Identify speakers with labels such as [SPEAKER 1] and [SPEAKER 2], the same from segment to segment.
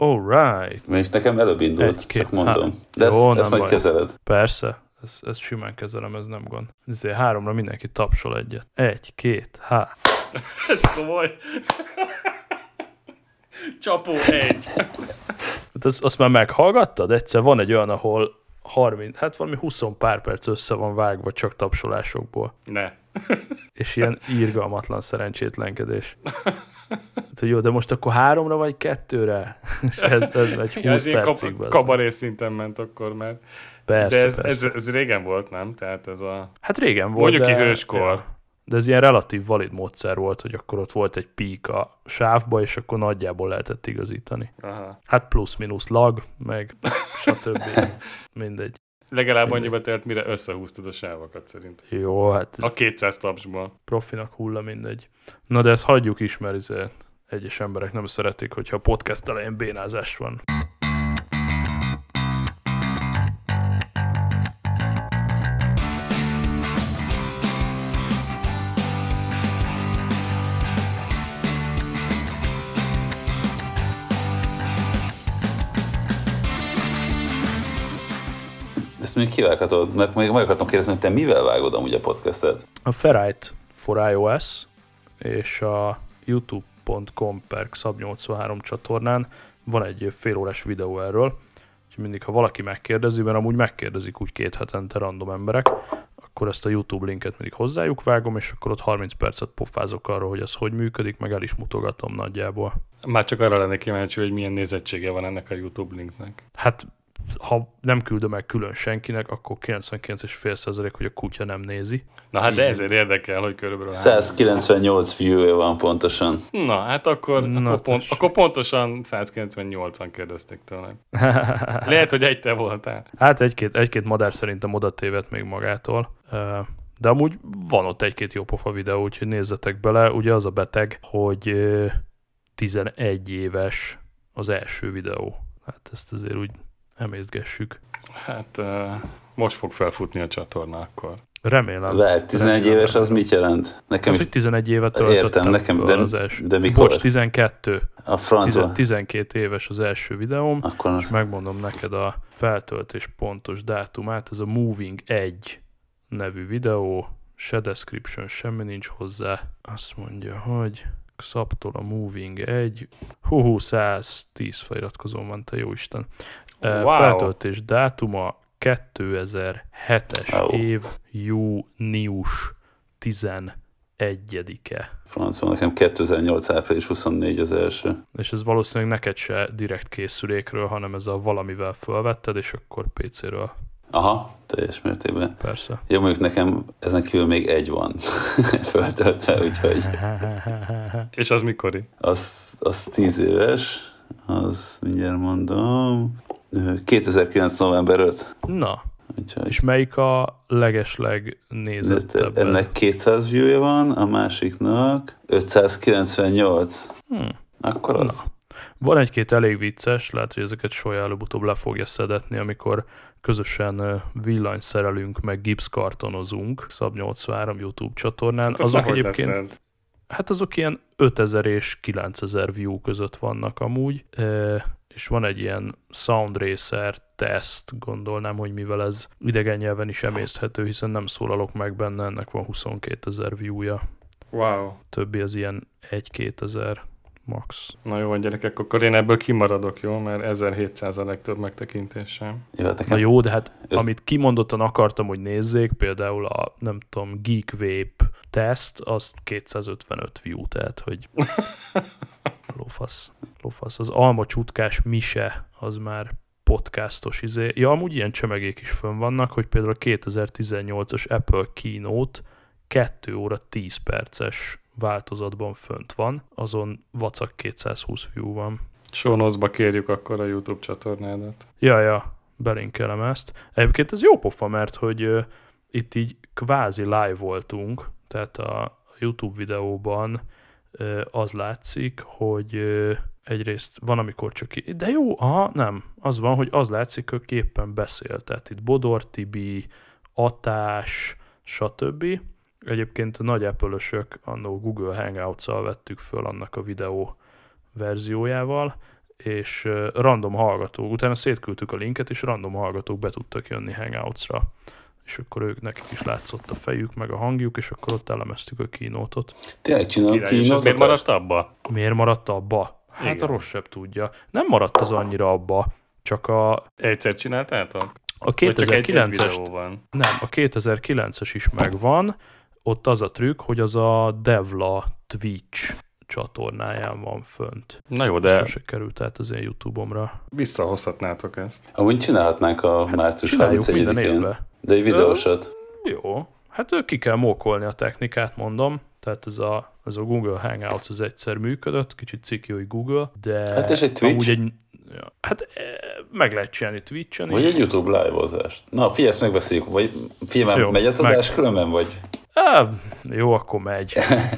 [SPEAKER 1] Alright.
[SPEAKER 2] Mert nekem előbb indult, csak mondom. De
[SPEAKER 1] jó,
[SPEAKER 2] ezt majd kezeled.
[SPEAKER 1] Persze, ezt simán kezelem, ez nem gond. Ezért 3-ra mindenki tapsol egyet. 1, 2, Ez komoly. Csapó 1. Hát azt már meghallgattad? Egyszer van egy olyan, ahol 30, hát valami 20 pár perc össze van vágva csak tapsolásokból.
[SPEAKER 3] Ne.
[SPEAKER 1] És ilyen irgalmatlan szerencsétlenkedés. Hát, jó, de most akkor 3-ra vagy 2-re? És ez egy 20 percig.
[SPEAKER 3] Kabaré szinten ment akkor már.
[SPEAKER 1] Persze,
[SPEAKER 3] de ez régen volt, nem? Tehát ez a...
[SPEAKER 1] Hát régen volt,
[SPEAKER 3] mondjuk ki hőskor. Ja.
[SPEAKER 1] De ez ilyen relatív valid módszer volt, hogy akkor ott volt egy pík a sávba, és akkor nagyjából lehetett igazítani.
[SPEAKER 3] Aha.
[SPEAKER 1] Hát plusz-minusz lag, meg stb. Mindegy.
[SPEAKER 3] Legalább annyiba telt, mire összehúztad a sávokat szerintem.
[SPEAKER 1] Jó, hát...
[SPEAKER 3] A 200 tapsból.
[SPEAKER 1] Profinak hulla, mindegy. Na de ezt hagyjuk is, mert egyes emberek nem szeretik, hogyha a podcast elején bénázás van.
[SPEAKER 2] Ezt még kivághatod, mert még meg akartam kérdezni, hogy te mivel vágod amúgy a podcastet?
[SPEAKER 1] A Ferrite for iOS és a youtube.com/Xab83 csatornán van egy félórás videó erről, úgyhogy mindig, ha valaki megkérdezi, mert amúgy megkérdezik úgy 2 hetente random emberek, akkor ezt a YouTube linket mindig hozzájuk vágom, és akkor ott 30 percet pofázok arról, hogy ez hogy működik, meg el is mutogatom nagyjából.
[SPEAKER 3] Már csak arra lennék kíváncsi, hogy milyen nézettsége van ennek a YouTube linknek.
[SPEAKER 1] Hát ha nem küldöm el külön senkinek, akkor 99,5%, hogy a kutya nem nézi.
[SPEAKER 3] Na hát de ezért érdekel, hogy körülbelül
[SPEAKER 2] 198 view-ja van pontosan.
[SPEAKER 3] Na hát akkor pontosan 198-an kérdezték tőle. Lehet, hogy egy te voltál.
[SPEAKER 1] Hát egy-két madár szerintem oda tévedt még magától. De amúgy van ott egy-két jópofa videó, úgyhogy nézzetek bele. Ugye az a beteg, hogy 11 éves az első videó. Hát ezt azért úgy emészgessük.
[SPEAKER 3] Hát most fog felfutni a csatorna akkor.
[SPEAKER 1] Remélem.
[SPEAKER 2] Várj, 11 éves az mit jelent?
[SPEAKER 1] Nekem hogy 11 évet töltöttem
[SPEAKER 2] nekem,
[SPEAKER 1] fel az első.
[SPEAKER 2] De mikor?
[SPEAKER 1] Bocs, 12.
[SPEAKER 2] A francba.
[SPEAKER 1] 12 éves az első videóm,
[SPEAKER 2] akkor
[SPEAKER 1] és megmondom neked a feltöltés pontos dátumát. Ez a Moving 1 nevű videó, se description, semmi nincs hozzá. Azt mondja, hogy Xabtól a Moving 1. 110 feliratkozón van, te jóisten.
[SPEAKER 3] Wow.
[SPEAKER 1] Feltöltés dátuma 2007-es év június 11-e.
[SPEAKER 2] Francban nekem 2008 április 24 az első.
[SPEAKER 1] És ez valószínűleg neked se direkt készülékről, hanem ez a valamivel felvetted, és akkor PC-ről.
[SPEAKER 2] Aha, teljes mértékben.
[SPEAKER 1] Persze.
[SPEAKER 2] Jó, mondjuk nekem ezen kívül még egy van feltöltve, úgyhogy...
[SPEAKER 3] És az mikori?
[SPEAKER 2] Az 10 éves, az mindjárt mondom... 2009. november 5.
[SPEAKER 1] Na,
[SPEAKER 2] úgyhogy...
[SPEAKER 1] és melyik a legesleg nézettebb?
[SPEAKER 2] Ennek 200 view-ja van, a másiknak 598. Akkor az.
[SPEAKER 1] Na. Van egy-két elég vicces, lehet, hogy ezeket Solya előbb-utóbb le fogja szedetni, amikor közösen villanyt szerelünk, meg gipszkartonozunk Xab83 YouTube csatornán.
[SPEAKER 3] Hát
[SPEAKER 1] azok egyébként, hát azok ilyen 5000 és 9000 view között vannak amúgy, és van egy ilyen Sound Racer teszt, gondolnám, hogy mivel ez idegen nyelven is emészthető, hiszen nem szólalok meg benne, ennek van 22 000 view-ja.
[SPEAKER 3] Wow.
[SPEAKER 1] Többi az ilyen 1-2 000 max.
[SPEAKER 3] Na jó, gyerekek, akkor én ebből kimaradok, jó? Mert 1700 a legtöbb megtekintéssel.
[SPEAKER 1] Na jó, de hát amit kimondottan akartam, hogy nézzék, például a, nem tudom, Geek Vape teszt, az 255 view, tehát, hogy lófasz. Az Alma Csutkás Mise, az már podcastos izé. Ja, amúgy ilyen csemegék is fönn vannak, hogy például a 2018-as Apple Keynote 2 óra 10 perces változatban fönt van, azon vacak 220 view van.
[SPEAKER 3] Show notes-ba kérjük akkor a YouTube csatornádat.
[SPEAKER 1] Ja, belinkelem ezt. Egyébként ez jó pofa, mert hogy itt így kvázi live voltunk, tehát a YouTube videóban az látszik, hogy egyrészt van, amikor csak... De jó, nem. Az van, hogy az látszik, hogy éppen beszél. Tehát itt Bodor Tibi, Atás, stb. Egyébként a nagy Apple-ösök annó Google Hangouts-al vettük föl annak a videó verziójával, és random hallgatók, utána szétküldtük a linket, és random hallgatók be tudtak jönni Hangouts-ra. És akkor nekik is látszott a fejük, meg a hangjuk, és akkor ott elemeztük a keynote-ot.
[SPEAKER 2] Tényleg csinálom
[SPEAKER 3] keynote-ot? És ez miért maradt abba?
[SPEAKER 1] Miért maradt abba? Hát igen. A rossz sebb tudja. Nem maradt az annyira abba, csak a...
[SPEAKER 3] Egyszer csináltátok?
[SPEAKER 1] A 2009-es... Nem, a 2009-es is megvan. Ott az a trükk, hogy az a Devla Twitch csatornáján van fönt.
[SPEAKER 3] Na jó, de...
[SPEAKER 1] Sose került át az én YouTube-omra.
[SPEAKER 3] Visszahozhatnátok ezt.
[SPEAKER 2] Amúgy csinálhatnánk a március 31-én. De egy videósat.
[SPEAKER 1] Jó. Hát ki kell mókolni a technikát, mondom. Tehát ez a Google Hangouts az egyszer működött, kicsit ciki, hogy Google, de...
[SPEAKER 2] Hát és egy Twitch?
[SPEAKER 1] Hát meg lehet csinálni Twitch-en
[SPEAKER 2] vagy egy YouTube live-ozást. Na, figyelj, ezt megbeszéljük. Vagy figyelj, megy az adás különben, vagy?
[SPEAKER 1] Jó, akkor megy.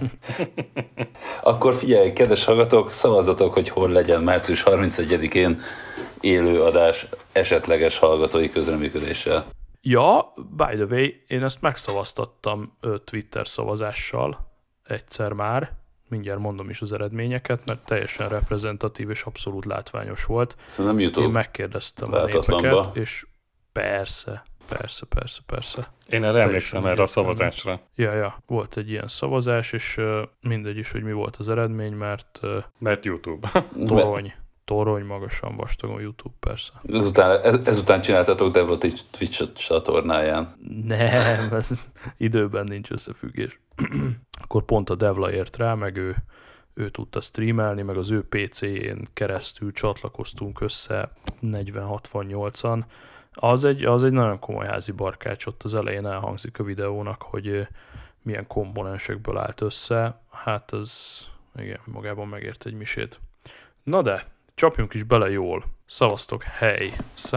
[SPEAKER 2] Akkor figyelj, kedves hallgatók, szavazzatok, hogy hol legyen március 31-én élő adás esetleges hallgatói közreműködéssel.
[SPEAKER 1] Ja, by the way, én ezt megszavaztattam Twitter szavazással egyszer már. Mindjárt mondom is az eredményeket, mert teljesen reprezentatív és abszolút látványos volt.
[SPEAKER 2] Szerintem YouTube.
[SPEAKER 1] Én megkérdeztem a népeket, és persze.
[SPEAKER 3] Én erre emlékszem erre a szavazásra.
[SPEAKER 1] Ja, volt egy ilyen szavazás, és mindegy is, hogy mi volt az eredmény,
[SPEAKER 3] mert YouTube.
[SPEAKER 1] Torony magasan vastagon YouTube, persze.
[SPEAKER 2] Ezután csináltatok Devla Twitch csatornáján.
[SPEAKER 1] Nem, ez időben nincs összefüggés. Akkor pont a Devla ért rá, meg ő tudta streamelni, meg az ő PC-jén keresztül csatlakoztunk össze 40-68-an. Az egy nagyon komoly házi barkács, ott az elején elhangzik a videónak, hogy milyen komponensekből állt össze. Hát az igen, magában megért egy misét. Na de, csapjunk is bele jól. Szavaztok, hely,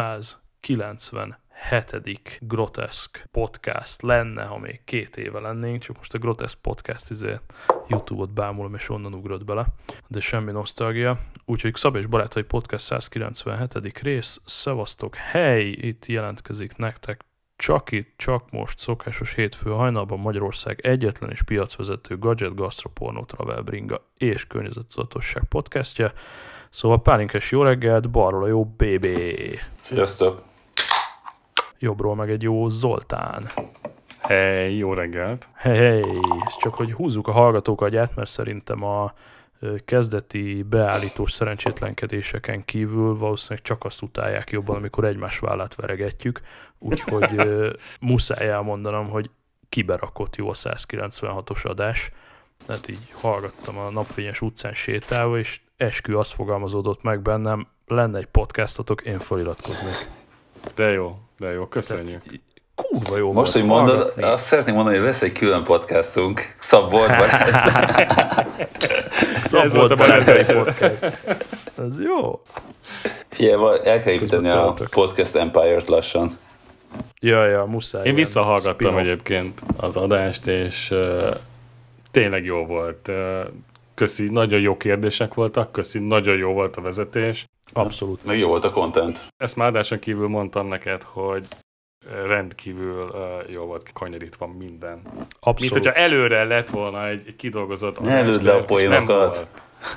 [SPEAKER 1] 197. Groteszk podcast lenne, ha még 2 éve lennénk, csak most a Groteszk podcast YouTube-ot bámulom, és onnan ugrott bele, de semmi nosztalgia. Úgyhogy Szabés Barátai Podcast 197. rész, szavaztok, hely, itt jelentkezik nektek csak most szokásos hétfő hajnalban Magyarország egyetlen és piacvezető gadget, gasztropornó, travel, bringa és környezettudatosság podcastja. Szóval Pálinkás jó reggelt, balról a jó BB.
[SPEAKER 2] Sziasztok!
[SPEAKER 1] Jobbról meg egy jó Zoltán.
[SPEAKER 3] Hey, jó reggelt!
[SPEAKER 1] Hey, csak hogy húzzuk a hallgatók agyát, mert szerintem a kezdeti beállítós szerencsétlenkedéseken kívül valószínűleg csak azt utálják jobban, amikor egymás vállát veregetjük. Úgyhogy muszáj elmondanom, hogy kiberakott jó a 196-os adás. Hát így hallgattam a napfényes utcán sétálva, és eskü azt fogalmazódott meg bennem, lenne egy podcastotok, én feliratkoznék.
[SPEAKER 3] De jó, köszönjük. Tehát,
[SPEAKER 1] kurva jó.
[SPEAKER 2] Most, hogy mondod, azt szeretném mondani, hogy lesz egy külön podcastunk, Szabbolt Barát.
[SPEAKER 1] Szabbolt Barátai Podcast. Ez jó.
[SPEAKER 2] Figyelj, el kell építeni a podcast Empire-t lassan.
[SPEAKER 1] Ja, muszáj.
[SPEAKER 3] Én visszahallgattam egyébként az adást, és tényleg jó volt. Köszi, nagyon jó kérdések voltak, köszi, nagyon jó volt a vezetés.
[SPEAKER 1] Abszolút.
[SPEAKER 2] Meg jó volt a content.
[SPEAKER 3] Ezt már adáson kívül mondtam neked, hogy rendkívül jó volt kanyarítva minden.
[SPEAKER 1] Abszolút.
[SPEAKER 3] Mint hogyha előre lett volna egy kidolgozott adás.
[SPEAKER 2] Ne előd le a poénokat.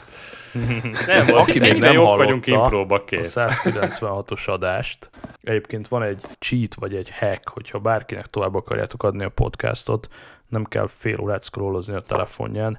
[SPEAKER 3] Nem volt.
[SPEAKER 1] Aki még nem
[SPEAKER 3] jók vagyunk impróba,
[SPEAKER 1] kész. A 196-os adást. Egyébként van egy cheat vagy egy hack, hogyha bárkinek tovább akarjátok adni a podcastot, nem kell fél órát scrollozni a telefonján.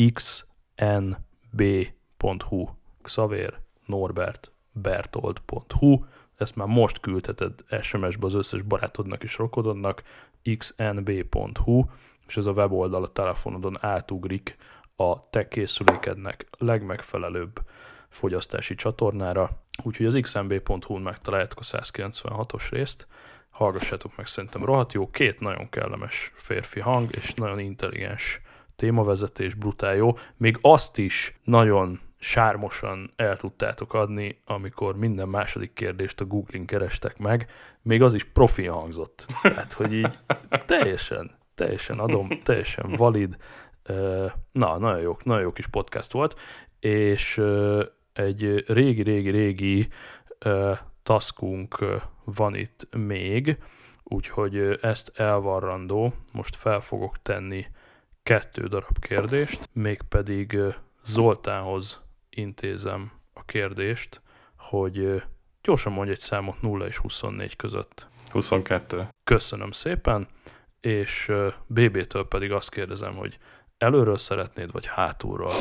[SPEAKER 1] xnb.hu Xavér Norbert Bertold.hu. Ezt már most küldheted SMS-be az összes barátodnak és rokododnak. xnb.hu, és ez a weboldal a telefonodon átugrik a te készülékednek legmegfelelőbb fogyasztási csatornára. Úgyhogy az xnb.hu-n megtaláljátok a 196-os részt. Hallgassátok meg, szerintem rohadt jó. 2 nagyon kellemes férfi hang, és nagyon intelligens témavezetés, brutál jó. Még azt is nagyon sármosan el tudtátok adni, amikor minden második kérdést a Google-in kerestek meg, még az is profi hangzott. Tehát, hogy így teljesen adom, teljesen valid. Na, nagyon jó kis podcast volt, és egy régi taskunk van itt még, úgyhogy ezt elvarrandó, most fel fogok tenni 2 darab kérdést, mégpedig Zoltánhoz intézem a a kérdést, hogy gyorsan mondj egy számot 0 és 24 között.
[SPEAKER 3] 22.
[SPEAKER 1] Köszönöm szépen, és BB-től pedig azt kérdezem, hogy előről szeretnéd, vagy hátulról?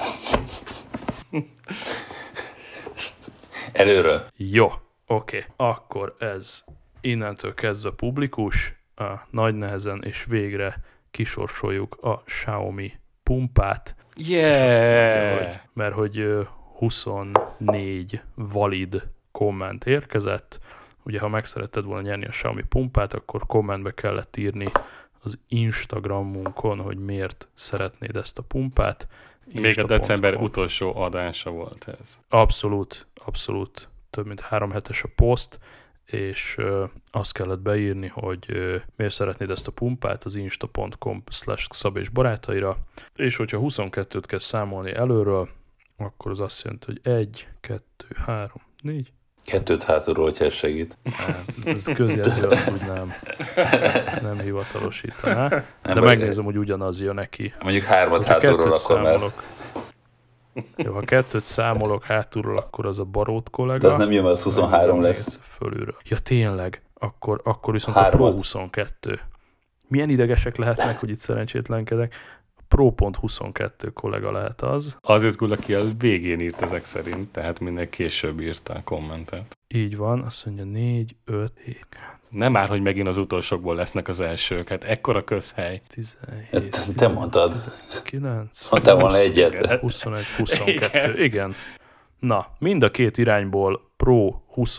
[SPEAKER 2] Előről.
[SPEAKER 1] Jó, oké. Akkor ez innentől kezdve publikus, nagy nehezen és végre kisorsoljuk a Xiaomi pumpát.
[SPEAKER 3] Yeah!
[SPEAKER 1] Mert hogy 24 valid komment érkezett. Ugye, ha meg szeretted volna nyerni a Xiaomi pumpát, akkor kommentbe kellett írni az Instagramunkon, hogy miért szeretnéd ezt a pumpát.
[SPEAKER 3] Még a december utolsó adása volt ez.
[SPEAKER 1] Abszolút. Több mint 3 hetes a poszt, és azt kellett beírni, hogy miért szeretnéd ezt a pumpát az insta.com/Szab és barátaira, és hogyha 22-t kell számolni előről, akkor az azt jelenti, hogy 1, 2, 3, 4.
[SPEAKER 2] 2 hátulról, hogyha ez segít.
[SPEAKER 1] Ez közjelző, azt úgy nem hivatalosítaná. De megnézem, hogy ugyanaz jön neki.
[SPEAKER 2] Mondjuk 3 hátulról, akkor már.
[SPEAKER 1] Jó, ha 2 számolok hátulról, akkor az a Barót kollega.
[SPEAKER 2] De az nem jön, az 23 lesz.
[SPEAKER 1] Fölülről. Ja, tényleg. Akkor viszont a Pro 22. Milyen idegesek lehetnek, hogy itt szerencsétlenkedek. Pro.22 kollega lehet az.
[SPEAKER 3] Azért Gula, aki a végén írt ezek szerint, tehát minden később írta a kommentet.
[SPEAKER 1] Így van, azt mondja 4, 5, 7.
[SPEAKER 3] Nem már, hogy megint az utolsókból lesznek az elsők, hát ekkora közhely.
[SPEAKER 1] 17,
[SPEAKER 2] te mondtad.
[SPEAKER 1] 19.
[SPEAKER 2] Mondtál volna egyet.
[SPEAKER 1] 21, 22. Igen. Na, mind a két irányból Pro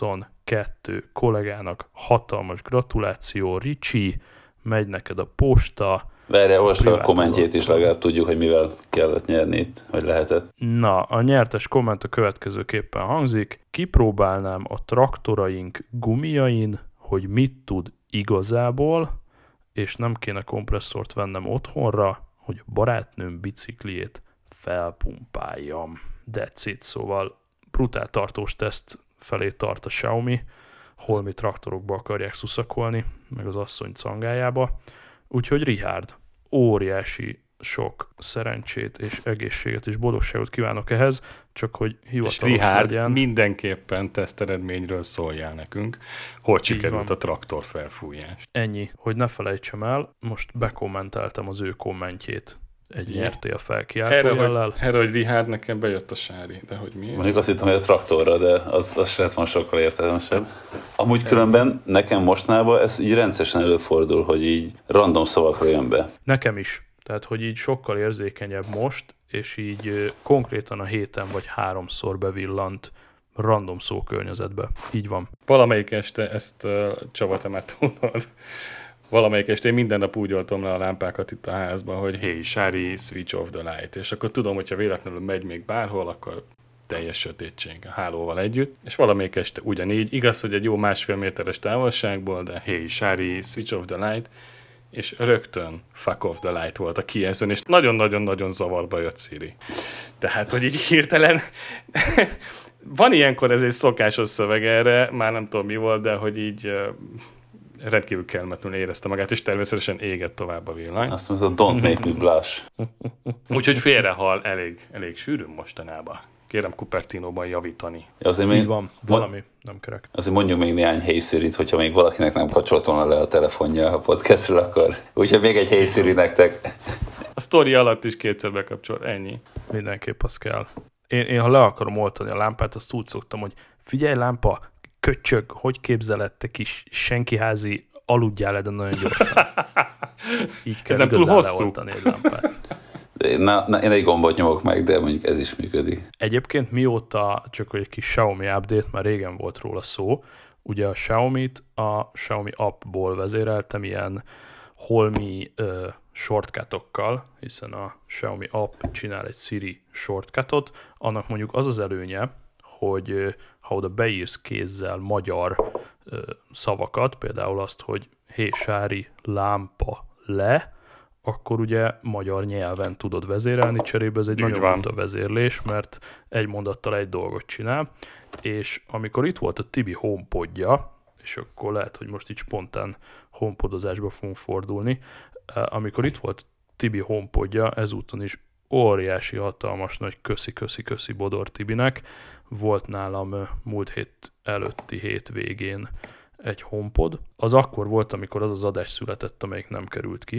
[SPEAKER 1] 22 kollégának hatalmas gratuláció. Ricsi, megy neked a posta.
[SPEAKER 2] Várjál, olvasd fel a kommentjét is, legalább tudjuk, hogy mivel kellett nyerni itt, vagy lehetett.
[SPEAKER 1] Na, a nyertes komment a következőképpen hangzik. Kipróbálnám a traktoraink gumiain, hogy mit tud igazából, és nem kéne kompresszort vennem otthonra, hogy a barátnőm bicikliét felpumpáljam. That's it. Szóval brutál tartós teszt felé tart a Xiaomi, holmi traktorokba akarják szuszakolni, meg az asszony cangájába. Úgyhogy Richard, óriási sok szerencsét és egészséget és boldogságot kívánok ehhez, csak hogy hivatalos
[SPEAKER 3] és Richard,
[SPEAKER 1] legyen.
[SPEAKER 3] Mindenképpen teszteredményről szóljál nekünk, hogy sikerült a traktor felfújás.
[SPEAKER 1] Ennyi, hogy ne felejtsem el, most bekommentáltam az ő kommentjét egy nyertél felkiáltójellel.
[SPEAKER 3] Erre, hogy Richard, nekem bejött a sári, de hogy miért?
[SPEAKER 2] Mondjuk azt hittem, hogy a traktorra, de az se lett volna sokkal értelmesebb. Amúgy különben nekem mostanában ez így rendszeresen előfordul, hogy így random szavakra jön be.
[SPEAKER 1] Nekem is. Tehát, hogy így sokkal érzékenyebb most, és így konkrétan a héten vagy 3-szor bevillant random szókörnyezetbe. Így van.
[SPEAKER 3] Valamelyik este, ezt Csaba, te már tudod, valamelyik este én minden nap úgy oltom le a lámpákat itt a házban, hogy hey, Sári, switch off the light. És akkor tudom, hogyha véletlenül megy még bárhol, akkor teljes sötétség a hálóval együtt. És valamelyik este ugyanígy, igaz, hogy egy jó 1,5 méteres távolságból, de hey, Sári, switch off the light, és rögtön fuck off the light volt a kijelzőn, és nagyon-nagyon-nagyon zavarba jött Siri. Tehát, hogy így hirtelen van ilyenkor ez egy szokásos szöveg erre, már nem tudom mi volt, de hogy így rendkívül kellemetlenül érezte magát, és természetesen égett tovább a villany.
[SPEAKER 2] Azt mondja, don't make me blush.
[SPEAKER 3] Úgyhogy félrehal elég sűrűn mostanában. Kérem Cupertino-ban javítani.
[SPEAKER 2] Azért
[SPEAKER 1] így van, valami nem kerek.
[SPEAKER 2] Azért mondjuk még néhány Hey Siri-t, hogyha még valakinek nem kapcsolt volna le a telefonja a podcastről, akkor úgyhogy még egy Hey Siri nektek.
[SPEAKER 3] A sztori alatt is 2-szer bekapcsol, ennyi.
[SPEAKER 1] Mindenképp az kell. Én ha le akarom oltani a lámpát, azt úgy szoktam, hogy figyelj lámpa, köcsög, hogy képzeled te kis senkiházi, aludjál le, de nagyon gyorsan. Így kell igazán leoltani egy lámpát.
[SPEAKER 2] Én egy gombot nyomok meg, de mondjuk ez is működik.
[SPEAKER 1] Egyébként mióta, csak egy kis Xiaomi update, már régen volt róla szó, ugye a Xiaomi-t a Xiaomi appból vezéreltem ilyen holmi shortcutokkal, hiszen a Xiaomi app csinál egy Siri shortcutot, annak mondjuk az az előnye, hogy ha oda beírsz kézzel magyar szavakat, például azt, hogy hé, Sári, lámpa, le, akkor ugye magyar nyelven tudod vezérelni, cserébe ez egy nagyon buta vezérlés, mert egy mondattal egy dolgot csinál, és amikor itt volt a Tibi HomePodja, és akkor lehet, hogy most így spontán HomePodozásba fogunk fordulni, amikor itt volt Tibi HomePodja, ezúton is óriási, hatalmas nagy köszi Bodor Tibinek. Volt nálam múlt hét előtti hét végén egy HomePod. Az akkor volt, amikor az adás született, amelyik nem került ki.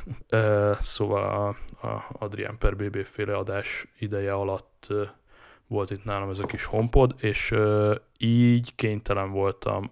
[SPEAKER 1] Szóval a Adrián per BB féle adás ideje alatt volt itt nálam ez a kis HomePod, és így kénytelen voltam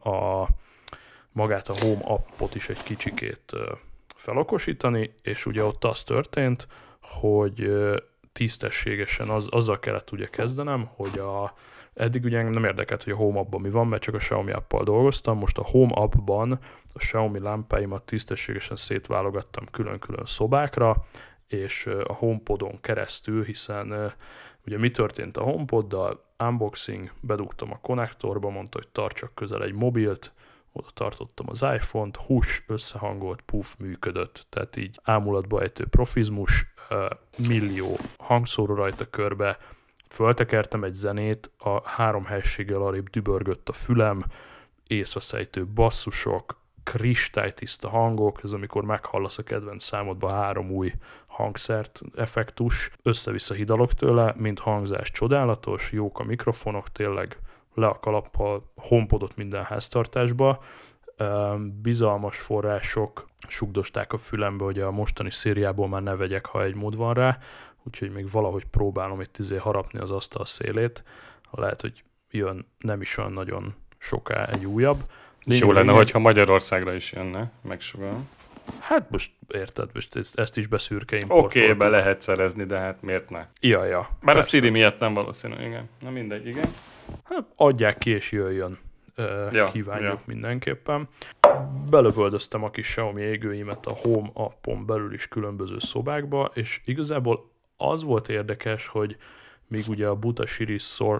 [SPEAKER 1] magát a Home appot is egy kicsikét felokosítani, és ugye ott az történt, hogy tisztességesen azzal kellett ugye kezdenem, hogy eddig ugye nem érdekelt, hogy a Home appban mi van, mert csak a Xiaomi appal dolgoztam, most a Home appban a Xiaomi lámpáimat tisztességesen szétválogattam külön-külön szobákra, és a HomePodon keresztül, hiszen ugye mi történt a HomePoddal, unboxing, bedugtam a konnektorba, mondta, hogy tartsak közel egy mobilt, oda tartottam az iPhone-t, összehangolt, működött, tehát így ámulatba ejtő profizmus, millió hangszóró rajta körbe, föltekertem egy zenét, a 3 helységgel arrébb dübörgött a fülem, észreszejtő basszusok, kristálytiszta hangok, ez amikor meghallasz a kedvenc számodba 3 új hangszert, effektus, össze-vissza hidalok tőle, mint hangzás csodálatos, jók a mikrofonok, tényleg le a kalappal, HomePodot minden háztartásba, bizalmas források sugdosták a fülembe, hogy a mostani szériából már ne vegyek, ha egy mód van rá, úgyhogy még valahogy próbálom itt harapni az asztal szélét, lehet, hogy jön nem is olyan nagyon soká egy újabb.
[SPEAKER 3] Jó lenne, hogyha Magyarországra is jönne, megsugalom.
[SPEAKER 1] Hát most érted, most ezt is beszűrke importoltuk.
[SPEAKER 3] Oké, be lehet szerezni, de hát miért ne?
[SPEAKER 1] Ja.
[SPEAKER 3] Bár a Siri miatt nem valószínű, igen. Na mindegy, igen.
[SPEAKER 1] Hát adják ki és jöjjön. Kívánjuk mindenképpen. Belövöldöztem a kis Xiaomi égőimet a Home appon belül is különböző szobákba, és igazából az volt érdekes, hogy míg ugye a buta Siri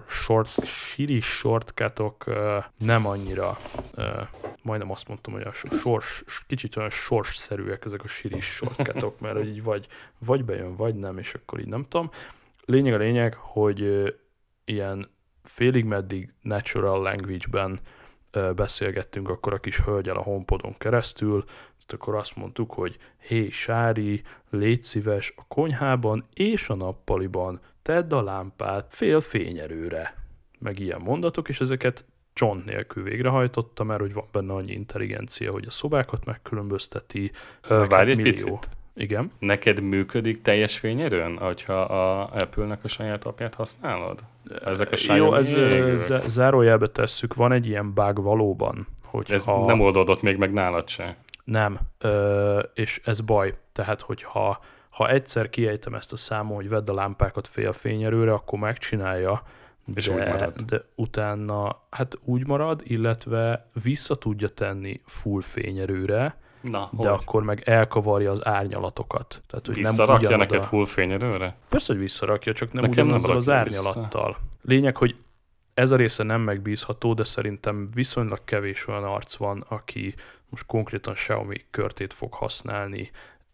[SPEAKER 1] shortcutok nem annyira, majdnem azt mondtam, hogy kicsit olyan sorsszerűek ezek a Siri shortcutok, mert így vagy bejön, vagy nem, és akkor így nem tudom. Lényeg, hogy ilyen félig meddig natural language-ben beszélgettünk akkor a kis hölgyel a HomePodon keresztül, akkor azt mondtuk, hogy hé Sári, légy szíves, a konyhában és a nappaliban tedd a lámpát fél fényerőre. Meg ilyen mondatok, és ezeket csont nélkül végrehajtotta, mert hogy van benne annyi intelligencia, hogy a szobákat megkülönbözteti.
[SPEAKER 3] Várj egy picit.
[SPEAKER 1] Igen.
[SPEAKER 3] Neked működik teljes fényerőn, hogyha a Apple-nek a saját appját használod? Ezek a
[SPEAKER 1] Jó, zárójelbe tesszük, van egy ilyen bug valóban.
[SPEAKER 3] Ez nem oldódott még meg nálad se.
[SPEAKER 1] Nem, és ez baj. Tehát, hogyha egyszer kiejtem ezt a számon, hogy vedd a lámpákat fél fényerőre, akkor megcsinálja,
[SPEAKER 3] és úgy marad.
[SPEAKER 1] De utána hát úgy marad, illetve vissza tudja tenni full fényerőre, de akkor meg elkavarja az árnyalatokat. Tehát, hogy
[SPEAKER 3] visszarakja
[SPEAKER 1] nem
[SPEAKER 3] neked full fényerőre?
[SPEAKER 1] Persze, hogy visszarakja, csak nem ugyanazzal az árnyalattal. Vissza. Lényeg, hogy ez a része nem megbízható, de szerintem viszonylag kevés olyan arc van, aki most konkrétan Xiaomi körtét fog használni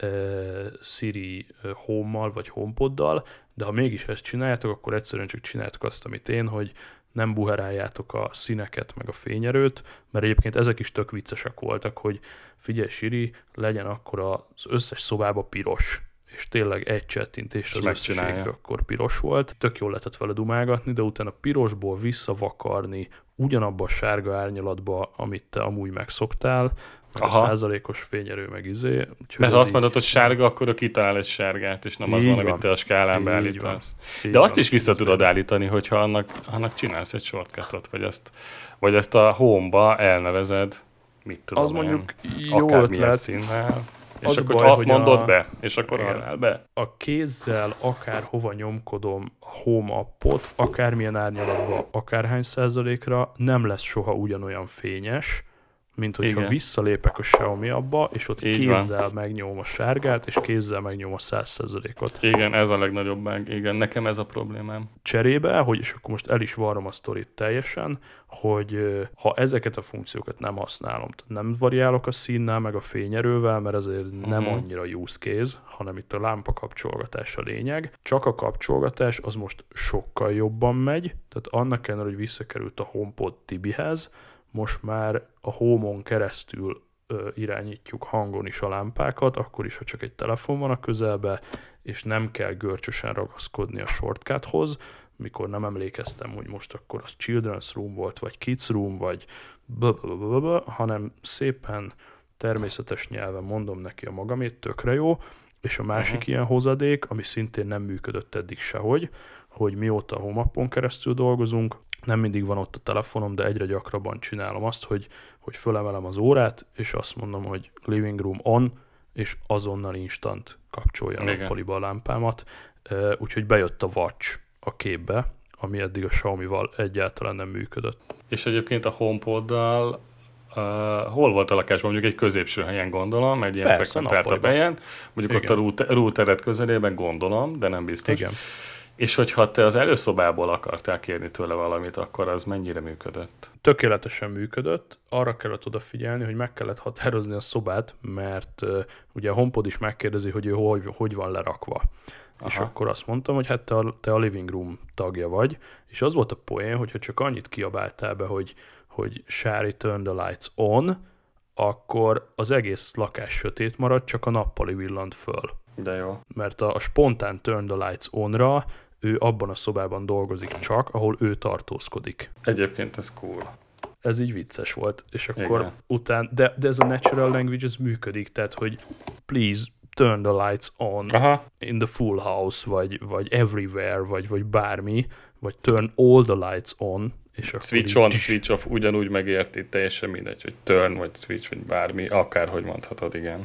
[SPEAKER 1] Siri Home-mal vagy HomePoddal, de ha mégis ezt csináljátok, akkor egyszerűen csak csináljátok azt, amit én, hogy nem buheráljátok a színeket meg a fényerőt, mert egyébként ezek is tök viccesek voltak, hogy figyelj Siri, legyen akkor az összes szobába piros, és tényleg egy csettintésre az összesség akkor piros volt. Tök jól lehetett vele dumálgatni, de utána pirosból visszavakarni ugyanabba a sárga árnyalatba, amit te amúgy megszoktál, meg a százalékos fényerő meg
[SPEAKER 3] Mert ha azt mondod, hogy sárga, akkor kitalál egy sárgát, és nem az van, amit te a skálán beállítasz. De azt is vissza tudod állítani, hogyha annak csinálsz egy shortcutot, vagy ezt a Home-ba elnevezed, mit tudom
[SPEAKER 1] az
[SPEAKER 3] én,
[SPEAKER 1] mondjuk jó
[SPEAKER 3] akármilyen színnel. És akkor baj, azt mondod be, és akkor arrál be.
[SPEAKER 1] A kézzel akárhova nyomkodom a Home appot, akármilyen árnyalatba, akárhány százalékra, nem lesz soha ugyanolyan fényes, mint hogyha visszalépek a Xiaomi abba, és ott így kézzel megnyomom a sárgát, és kézzel megnyomom a 100%-ot.
[SPEAKER 3] Igen, ez a legnagyobb bug. Igen, nekem ez a problémám.
[SPEAKER 1] Cserébe, és akkor most el is varrom a sztorit teljesen, hogy ha ezeket a funkciókat nem használom, tehát nem variálok a színnel, meg a fényerővel, mert azért nem annyira use case, hanem itt a lámpa kapcsolgatás a lényeg. Csak a kapcsolgatás az most sokkal jobban megy, tehát annak ellenére, hogy visszakerült a HomePod Tibihez, most már a Home-on keresztül irányítjuk hangon is a lámpákat, akkor is, ha csak egy telefon van a közelbe, és nem kell görcsösen ragaszkodni a shortcuthoz, mikor nem emlékeztem, hogy most akkor az Children's Room volt, vagy Kids Room, vagy hanem szépen természetes nyelven mondom neki a magamét, tökre jó, és a másik ilyen hozadék, ami szintén nem működött eddig sehogy, hogy mióta a HomeAppon keresztül dolgozunk, nem mindig van ott a telefonom, de egyre gyakrabban csinálom azt, hogy fölemelem az órát, és azt mondom, hogy living room on, és azonnal instant kapcsolja a nappaliba a lámpámat. Úgyhogy bejött a Watch a képbe, ami eddig a Xiaomi-val egyáltalán nem működött.
[SPEAKER 3] És egyébként a HomePoddal hol volt a lakásban? Mondjuk egy középső helyen gondolom, egy ilyen frekventáltabb helyen. Mondjuk igen. Ott a routered közelében gondolom, de nem biztos.
[SPEAKER 1] Igen.
[SPEAKER 3] És hogyha te az előszobából akartál kérni tőle valamit, akkor az mennyire működött?
[SPEAKER 1] Tökéletesen működött. Arra kellett odafigyelni, hogy meg kellett határozni a szobát, mert ugye a HomePod is megkérdezi, hogy ő hogy van lerakva. Aha. És akkor azt mondtam, hogy hát te a living room tagja vagy, és az volt a poén, hogyha csak annyit kiabáltál be, hogy Sári, turn the lights on, akkor az egész lakás sötét marad, csak a nappali villant föl.
[SPEAKER 3] De jó.
[SPEAKER 1] Mert a spontán turn the lights on-ra ő abban a szobában dolgozik csak, ahol ő tartózkodik.
[SPEAKER 3] Egyébként ez cool.
[SPEAKER 1] Ez így vicces volt, és akkor de ez a natural language, ez működik, tehát, hogy please turn the lights on in the full house, vagy everywhere, vagy bármi, vagy turn all the lights on, és akkor
[SPEAKER 3] switch on, switch off, ugyanúgy megérti, teljesen mindegy, hogy turn, vagy switch, vagy bármi, akárhogy mondhatod, igen.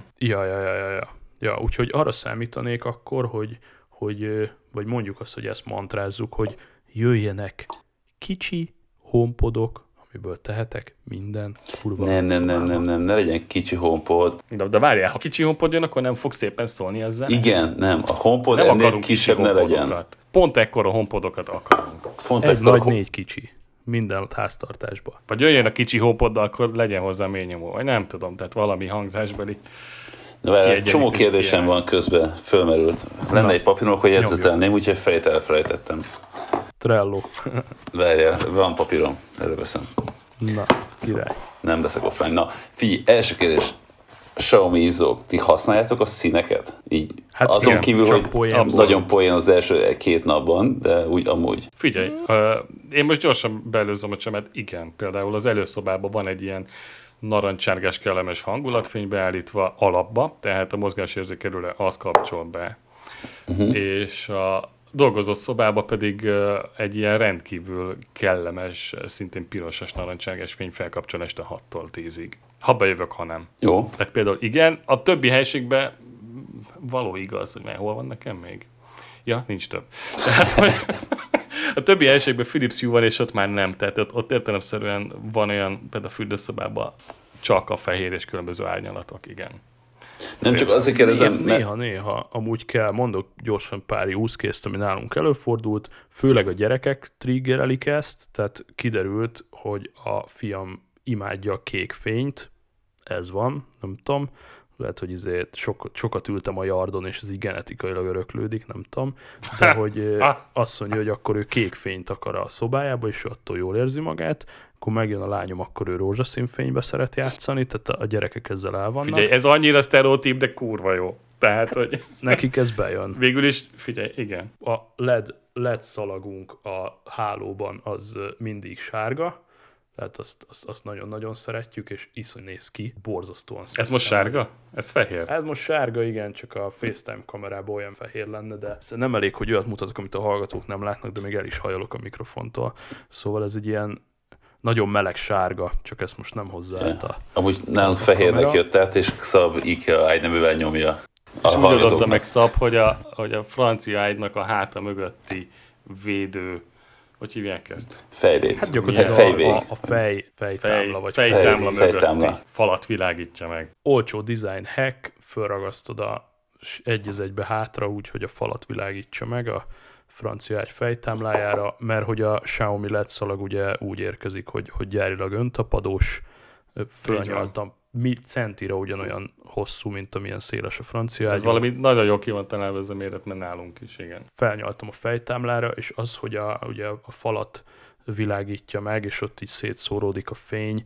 [SPEAKER 1] Ja, úgyhogy arra számítanék akkor, hogy vagy mondjuk azt, hogy ezt mantrázzuk, hogy jöjjenek kicsi HomePodok, amiből tehetek minden kurva.
[SPEAKER 2] Nem, ne legyen kicsi HomePod.
[SPEAKER 3] De várjál, ha kicsi HomePod jön, akkor nem fog szépen szólni ezzel?
[SPEAKER 2] Igen, nem, a HomePod nem ennél kisebb ne legyen.
[SPEAKER 3] Pont ekkora HomePodokat akarunk.
[SPEAKER 1] Egy nagy, 4 kicsi. Minden háztartásban.
[SPEAKER 3] Vagy jöjjön a kicsi HomePoddal, akkor legyen hozzá mélynyomó. Vagy nem tudom, tehát valami hangzásbeli.
[SPEAKER 2] De csomó kérdésem van közben, fölmerült. Lenne egy papírom, hogy jegyzetelném, úgyhogy fejt elfelejtettem.
[SPEAKER 1] Trello.
[SPEAKER 2] Várjál, van papírom, előveszem.
[SPEAKER 1] Na, király.
[SPEAKER 2] Nem veszek offline. Na, figyelj, első kérdés. Xiaomi izzók, ti használjátok a színeket? Így hát azon igen, kívül, hogy nagyon poén az első 2 napban, de úgy amúgy.
[SPEAKER 3] Figyelj, én most gyorsan beelőzöm a csemet. Igen, például az előszobában van egy ilyen narancsárgás kellemes hangulatfény beállítva alapba, tehát a mozgásérzékelőre az kapcsol be. És a dolgozó szobába pedig egy ilyen rendkívül kellemes, szintén pirosas narancsárgás fény felkapcsol este 6-tól 10-ig. Ha bejövök, ha nem.
[SPEAKER 2] Jó.
[SPEAKER 3] Tehát például igen, a többi helységben való igaz, hogy hol van nekem még? Ja, nincs több. Tehát, hogy a többi helységben Philips Hue van, és ott már nem. Tehát ott értelemszerűen van olyan, például a fürdőszobában csak a fehér és különböző árnyalatok, igen.
[SPEAKER 2] Nem csak azért kérdezem,
[SPEAKER 1] Néha amúgy kell, mondok gyorsan pár use case-t, ami nálunk előfordult, főleg a gyerekek triggerelik ezt, tehát kiderült, hogy a fiam imádja a kék fényt, ez van, nem tudom, lehet, hogy sokat ültem a yardon, és ez így genetikailag öröklődik, nem tudom, de hogy azt mondja, hogy akkor ő kék fényt akar a szobájába, és attól jól érzi magát, akkor megjön a lányom, akkor ő rózsaszín fénybe szeret játszani, tehát a gyerekek ezzel el vannak.
[SPEAKER 3] Figyelj, ez annyira sztereotíp, de kurva jó. Tehát, hogy
[SPEAKER 1] nekik ez bejön.
[SPEAKER 3] Végül is, figyelj, igen.
[SPEAKER 1] A LED szalagunk a hálóban az mindig sárga, tehát azt nagyon-nagyon szeretjük, és iszony néz ki, borzasztóan
[SPEAKER 3] Ez most sárga? Ez fehér?
[SPEAKER 1] Ez most sárga, igen, csak a FaceTime kamerában olyan fehér lenne, de nem elég, hogy olyat mutatok, amit a hallgatók nem látnak, de még el is hajolok a mikrofontól. Szóval ez egy ilyen nagyon meleg sárga, csak ezt most nem hozzáállt a
[SPEAKER 2] amúgy nálunk fehérnek jött át, és Szab IKEA ágyneművel nyomja.
[SPEAKER 3] És úgy adotta meg Szab, hogy a francia ágynak a háta mögötti védő, hogy hívják ezt?
[SPEAKER 2] Fejléc.
[SPEAKER 1] Hát gyakorlatilag a fejtámla, vagy
[SPEAKER 3] fejtámla mögötti falat világítja meg.
[SPEAKER 1] Olcsó design hack, fölragasztod egy az egybe hátra, úgy, hogy a falat világítsa meg a francia ágy fejtámlájára, mert hogy a Xiaomi LED szalag ugye úgy érkezik, hogy gyárilag öntapadós, fölnyaltam, centire ugyanolyan hosszú, mint amilyen széles a francia ágy.
[SPEAKER 3] Ez valami nagyon jó ki van találva ez a méret, mert nálunk is, igen.
[SPEAKER 1] Felnyaltam a fejtámlára, és az, hogy ugye a falat világítja meg, és ott így szétszóródik a fény.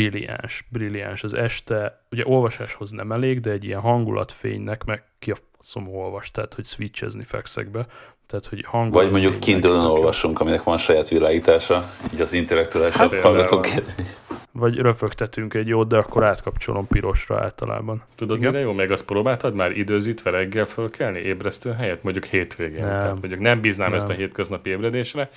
[SPEAKER 1] Brilliáns az este. Ugye olvasáshoz nem elég, de egy ilyen hangulatfénynek meg ki a faszom olvas, tehát hogy switchezni fekszek be. Tehát, hogy
[SPEAKER 2] vagy mondjuk Kindle-on olvasunk, aminek van saját világítása, így az intellektuálisabb hallgatók.
[SPEAKER 1] Vagy röfögtetünk egy jót, de akkor átkapcsolom pirosra általában.
[SPEAKER 3] Tudod, mire jó? Meg azt próbáltad már időzítve reggel fölkelni ébresztő helyett? Mondjuk hétvégén. Tehát mondjuk nem bíznám ezt a hétköznapi ébredésre.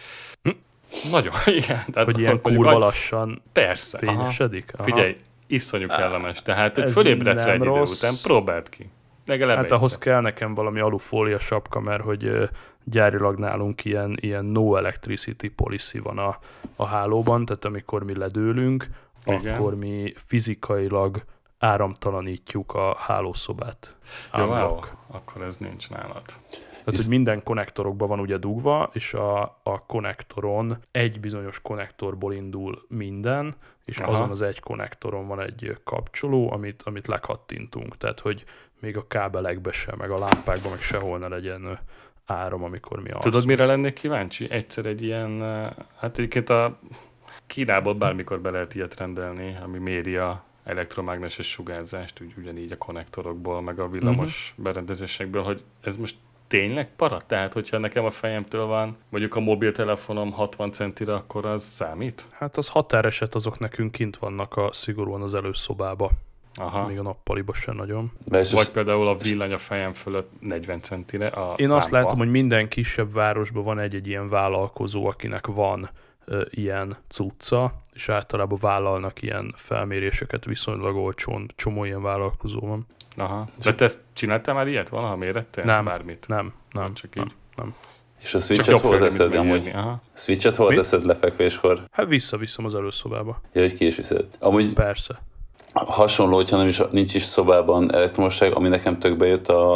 [SPEAKER 3] Nagyon, igen. Tehát
[SPEAKER 1] hogy ilyen kurva lassan
[SPEAKER 3] persze,
[SPEAKER 1] fényesedik?
[SPEAKER 3] Figyelj, iszonyú kellemes. Tehát, hogy fölébredsz egy idő után, próbáld ki. Legalább
[SPEAKER 1] hát ahhoz kell nekem valami alufólia sapka, mert hogy gyárilag nálunk ilyen no electricity policy van a hálóban, tehát amikor mi ledőlünk, igen, akkor mi fizikailag áramtalanítjuk a hálószobát.
[SPEAKER 3] Jó, akkor ez nincs nálad.
[SPEAKER 1] Tehát, hogy minden konnektorokban van ugye dugva, és a konnektoron egy bizonyos konnektorból indul minden, és azon az egy konnektoron van egy kapcsoló, amit lekattintunk. Tehát, hogy még a kábelekbe sem, meg a lámpákban meg sehol ne legyen áram, amikor mi alszunk.
[SPEAKER 3] Tudod, mire lennék kíváncsi? Egyszer egy ilyen, hát egyébként a Kínából bármikor be lehet ilyet rendelni, ami méri a elektromágneses sugárzást, ugyanígy a konnektorokból, meg a villamos berendezésekből, hogy ez most tényleg para? Tehát, hogyha nekem a fejemtől van mondjuk a mobiltelefonom 60 centire, akkor az számít?
[SPEAKER 1] Hát az határeset, azok nekünk kint vannak szigorúan az előszobába. Még a nappaliba sem nagyon.
[SPEAKER 3] Vagy például a villany a fejem fölött 40 centire.
[SPEAKER 1] Én azt látom, hogy minden kisebb városban van egy ilyen vállalkozó, akinek van ilyen cucca, és általában vállalnak ilyen felméréseket viszonylag olcsón. Csomó ilyen vállalkozó van.
[SPEAKER 3] De te ezt csináltál már ilyet? Valaha mérettél?
[SPEAKER 1] Nem.
[SPEAKER 3] Bármit?
[SPEAKER 1] Nem.
[SPEAKER 3] Csak így.
[SPEAKER 1] Nem.
[SPEAKER 2] És a switchet hol teszed amúgy? Switchet hol teszed lefekvéskor?
[SPEAKER 1] Hát visszaviszem az előszobába.
[SPEAKER 2] Ja, hogy ki is viszed. Amúgy
[SPEAKER 1] persze.
[SPEAKER 2] Hasonló, hogyha nincs is szobában elektromosság, ami nekem tök bejött a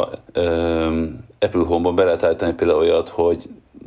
[SPEAKER 2] Apple Home-ban, be lehet állítani például olyat, hogy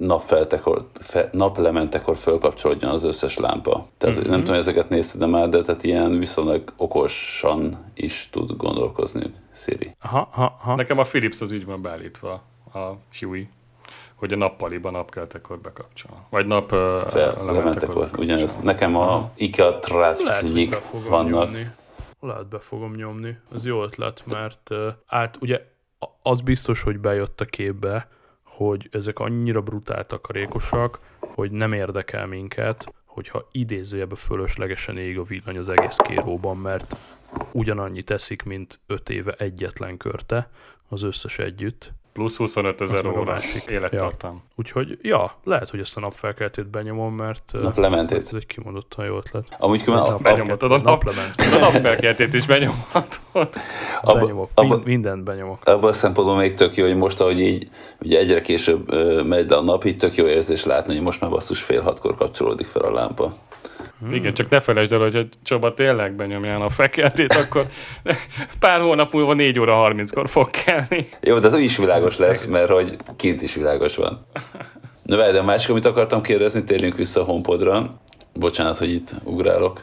[SPEAKER 2] naplementekor fölkapcsolódjon az összes lámpa. Tehát nem tudom, ezeket nézted már, de tehát ilyen viszonylag okosan is tud gondolkozni Siri.
[SPEAKER 3] Nekem a Philips az úgy van beállítva, a Huey, hogy a nappaliban napkeltekor bekapcsol. Vagy
[SPEAKER 2] lementekor. Ugyanez. Nekem a IKEA trácsnyik vannak.
[SPEAKER 1] Lehet be fogom nyomni. Ez jó ötlet, mert ugye az biztos, hogy bejött a képbe, hogy ezek annyira brutál takarékosak, hogy nem érdekel minket, hogyha idézőjebben fölöslegesen ég a villany az egész kéróban, mert ugyanannyi teszik, mint 5 éve egyetlen körte, az összes együtt.
[SPEAKER 3] Plusz 25 000 órás élettartam.
[SPEAKER 1] Ja. Úgyhogy, lehet, hogy ezt a napfelkeltét benyomom, mert
[SPEAKER 2] naplementét.
[SPEAKER 1] Ez egy kimondottan jó ötlet.
[SPEAKER 2] Amúgy
[SPEAKER 3] benyomhatod a napfelkeltét is benyomhatod.
[SPEAKER 1] Mindent benyomok.
[SPEAKER 2] Abban a szempontból még tök jó, hogy most, ahogy így ugye egyre később megy a nap, így tök jó érzés látni, hogy most már basszus 5:30 kapcsolódik fel a lámpa.
[SPEAKER 3] Igen, csak ne felejtsd el, hogy a Csaba tényleg benyomja a napfelkeltét, akkor pár hónap múlva 4:30 fog kelni.
[SPEAKER 2] Jó, de az úgy is világos lesz, mert hogy kint is világos van. Na várj, de a másik, amit akartam kérdezni, térjünk vissza a HomePodra. Bocsánat, hogy itt ugrálok.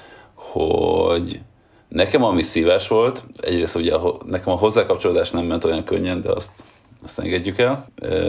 [SPEAKER 2] Hogy nekem ami szívás volt, egyrészt ugye nekem a hozzákapcsolódás nem ment olyan könnyen, de azt engedjük el,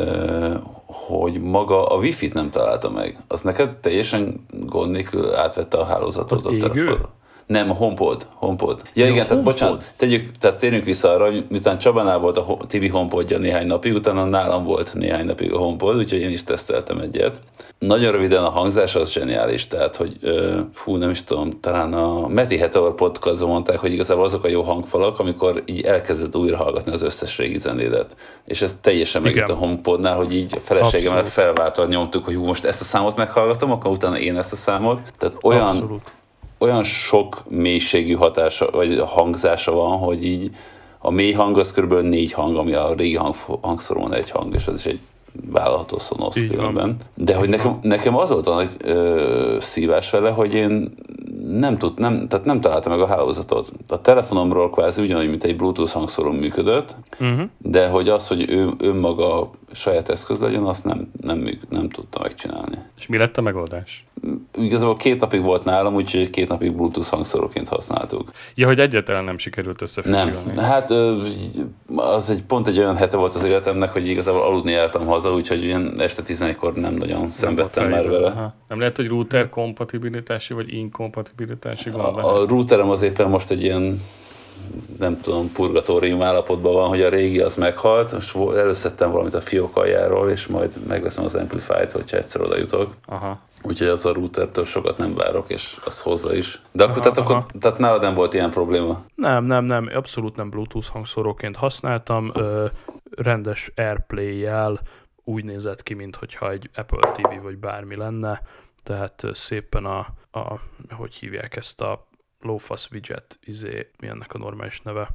[SPEAKER 2] hogy maga a Wi-Fi-t nem találta meg. Az neked teljesen gond nélkül átvette a hálózatot a telefonról. Nem, a HomePod. Ja igen, tehát bocsánat, tehát térjünk vissza arra, hogy miután Csabánál volt a Tibi HomePodja néhány napig, utána nálam volt néhány napig a HomePod, úgyhogy én is teszteltem egyet. Nagyon röviden a hangzás az zseniális, tehát hogy nem is tudom, talán a Meti Heteor podcastban mondták, hogy igazából azok a jó hangfalak, amikor így elkezded újra hallgatni az összes régi zenédet. És ez teljesen megjött a HomePodnál, hogy így a feleségemmel felváltva nyomtuk, hogy most ezt a számot meghallgatom, akkor utána én ezt a számot. Tehát olyan sok mélységű hatása, vagy hangzása van, hogy így a mély hang az kb. 4 hang, ami a régi hangszorón 1 hang, és ez is egy vállalható Sonos különben. De hogy nekem az volt a nagy szívás vele, hogy én nem találtam meg a hálózatot. A telefonomról kvázi ugyanúgy, mint egy Bluetooth hangszórón működött, de hogy az, hogy ő önmaga saját eszköz legyen, azt nem tudta megcsinálni.
[SPEAKER 3] És mi lett a megoldás?
[SPEAKER 2] igazából 2 napig volt nálam, úgyhogy 2 napig Bluetooth hangszóróként használtuk.
[SPEAKER 3] Ja, hogy egyáltalán nem sikerült összefüggölni.
[SPEAKER 2] Nem, hát az pont egy olyan hete volt az életemnek, hogy igazából aludni jártam haza, úgyhogy ilyen este 11-kor nem nagyon szenvedtem már vele.
[SPEAKER 3] Aha. Nem lehet, hogy router kompatibilitási vagy inkompatibilitási gond?
[SPEAKER 2] A routerem az éppen most egy ilyen, nem tudom, purgatórium állapotban van, hogy a régi az meghalt, most előszedtem valamit a fiók aljáról, és majd megveszem az Amplify-t, hogyha egyszer oda jutok.
[SPEAKER 3] Aha.
[SPEAKER 2] Úgyhogy az a routertől sokat nem várok, és az hozza is. De akkor, tehát nálad nem volt ilyen probléma?
[SPEAKER 1] Nem, abszolút nem Bluetooth hangszóróként használtam, rendes AirPlay-jel úgy nézett ki, mintha egy Apple TV vagy bármi lenne, tehát szépen hogy hívják ezt a low-fuss widget, mi ennek a normális neve,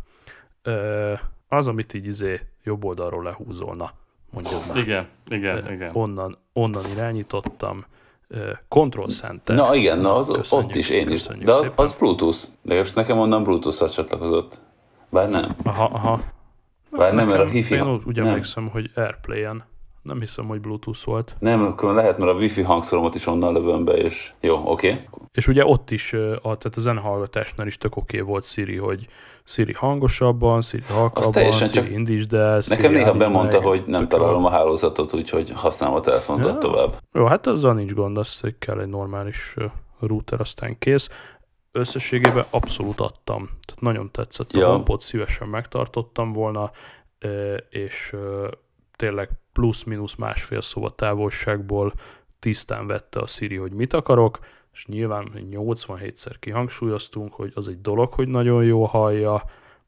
[SPEAKER 1] az, amit így jobb oldalról lehúzolna, mondjuk már.
[SPEAKER 3] Igen.
[SPEAKER 1] Onnan irányítottam, Control Center.
[SPEAKER 2] Na igen, ott is én is. De az Bluetooth. De most nekem onnan Bluetooth-szal csatlakozott. Bár nem.
[SPEAKER 1] Aha.
[SPEAKER 2] Bár nem, mert a Wi-Fi...
[SPEAKER 1] Én úgy emlékszem, hogy AirPlay-en. Nem hiszem, hogy Bluetooth volt.
[SPEAKER 2] Nem, akkor lehet, mert a Wi-Fi hangszoromat is onnan lövöm be, és jó, oké.
[SPEAKER 1] És ugye ott is, tehát a zenehallgatásnál is tök oké volt Siri, hogy Siri hangosabban, Siri halkabban, Siri indítsd el.
[SPEAKER 2] Nekem néha bemondta, hogy nem találom a hálózatot, úgyhogy használom a telefont tovább.
[SPEAKER 1] Jó, hát azzal nincs gond, az kell egy normális router, aztán kész. Összességében abszolút adtam. Tehát nagyon tetszett a HomePod, szívesen megtartottam volna, és tényleg plusz-minusz másfél szóval távolságból tisztán vette a Siri, hogy mit akarok, és nyilván 87-szer kihangsúlyoztunk, hogy az egy dolog, hogy nagyon jól hallja,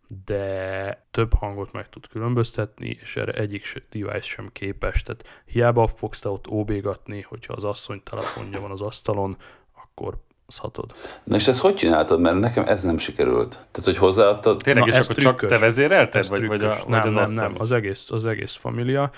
[SPEAKER 1] de több hangot meg tud különböztetni, és erre egyik device sem képes. Tehát hiába fogsz te ott óbégatni, hogyha az asszony telefonja van az asztalon, akkor hozhatod.
[SPEAKER 2] Na és ezt hogy csináltad? Mert nekem ez nem sikerült. Tehát, hogy hozzáadtad...
[SPEAKER 3] Tényleg, és akkor csak te vezérelted?
[SPEAKER 1] Nem, az egész família.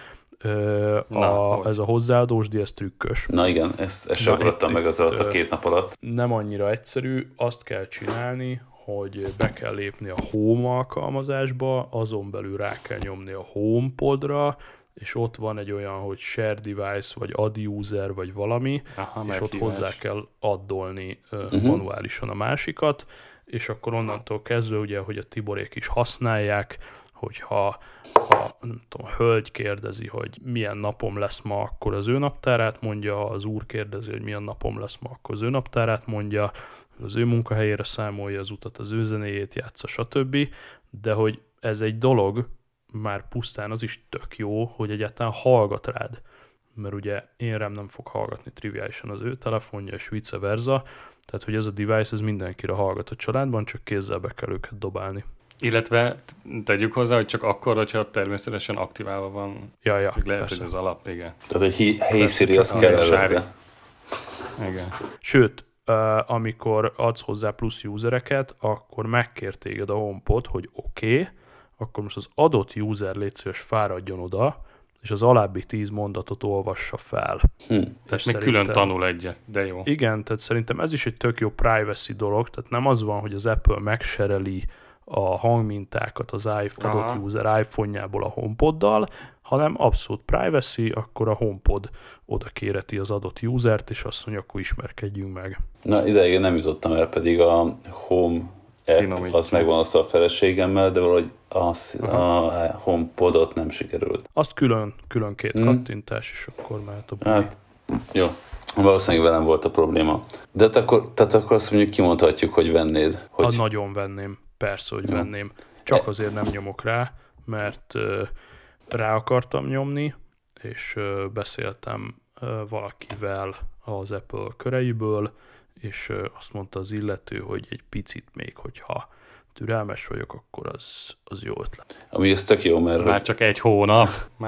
[SPEAKER 1] Ez a hozzáadós, de ez trükkös.
[SPEAKER 2] Na igen, ezt sem ugrottam meg az alatt a 2 nap alatt.
[SPEAKER 1] Nem annyira egyszerű, azt kell csinálni, hogy be kell lépni a Home alkalmazásba, azon belül rá kell nyomni a HomePodra, és ott van egy olyan, hogy share device, vagy add user, vagy valami, és ott hozzá kell addolni manuálisan a másikat, és akkor onnantól kezdve, ugye, hogy a Tiborék is használják, hogyha nem tudom, a hölgy kérdezi, hogy milyen napom lesz ma, akkor az ő naptárát mondja, ha az úr kérdezi, hogy milyen napom lesz ma, akkor az ő naptárát mondja, az ő munkahelyére számolja az utat, az ő zenéjét játsza, stb. De hogy ez egy dolog, már pusztán az is tök jó, hogy egyáltalán hallgat rád. Mert ugye én rám nem fog hallgatni triviálisan az ő telefonja, és vice versa. Tehát, hogy ez a device, ez mindenkire hallgat a családban, csak kézzel be kell őket dobálni.
[SPEAKER 3] Illetve tegyük hozzá, hogy csak akkor, hogyha természetesen aktiválva van.
[SPEAKER 1] Ja,
[SPEAKER 3] lehet,
[SPEAKER 1] persze.
[SPEAKER 3] hogy az alap, igen.
[SPEAKER 2] Tehát, hogy hey Siri, azt kell előtte.
[SPEAKER 3] Igen.
[SPEAKER 1] Sőt, amikor adsz hozzá plusz usereket, akkor megkér téged a HomePod, hogy oké, akkor most az adott user légy szíves fáradjon oda, és az alábbi 10 mondatot olvassa fel.
[SPEAKER 3] Tehát még külön tanul egyet, de jó.
[SPEAKER 1] Igen, tehát szerintem ez is egy tök jó privacy dolog, tehát nem az van, hogy az Apple megsereli a hangmintákat az adott user iPhone-jából a HomePoddal, hanem abszolút privacy, akkor a HomePod oda kéreti az adott usert, és azt mondja, akkor ismerkedjünk meg.
[SPEAKER 2] Na, ideig nem jutottam el, pedig a Home app, az megvan azt a feleségemmel, de valahogy a HomePodot nem sikerült.
[SPEAKER 1] Azt külön 2 kattintás, és akkor mehet a buli.
[SPEAKER 2] Hát, jó. Valószínűleg velem volt a probléma. De tehát akkor azt mondjuk kimondhatjuk, hogy vennéd. Hogy...
[SPEAKER 1] Nagyon venném. Persze, hogy venném. Csak azért nem nyomok rá, mert rá akartam nyomni, és beszéltem valakivel az Apple köreiből, és azt mondta az illető, hogy egy picit még, hogyha türelmes vagyok, akkor az jó ötlet.
[SPEAKER 2] Ami ez tök jó, mert...
[SPEAKER 3] Már csak egy hónap.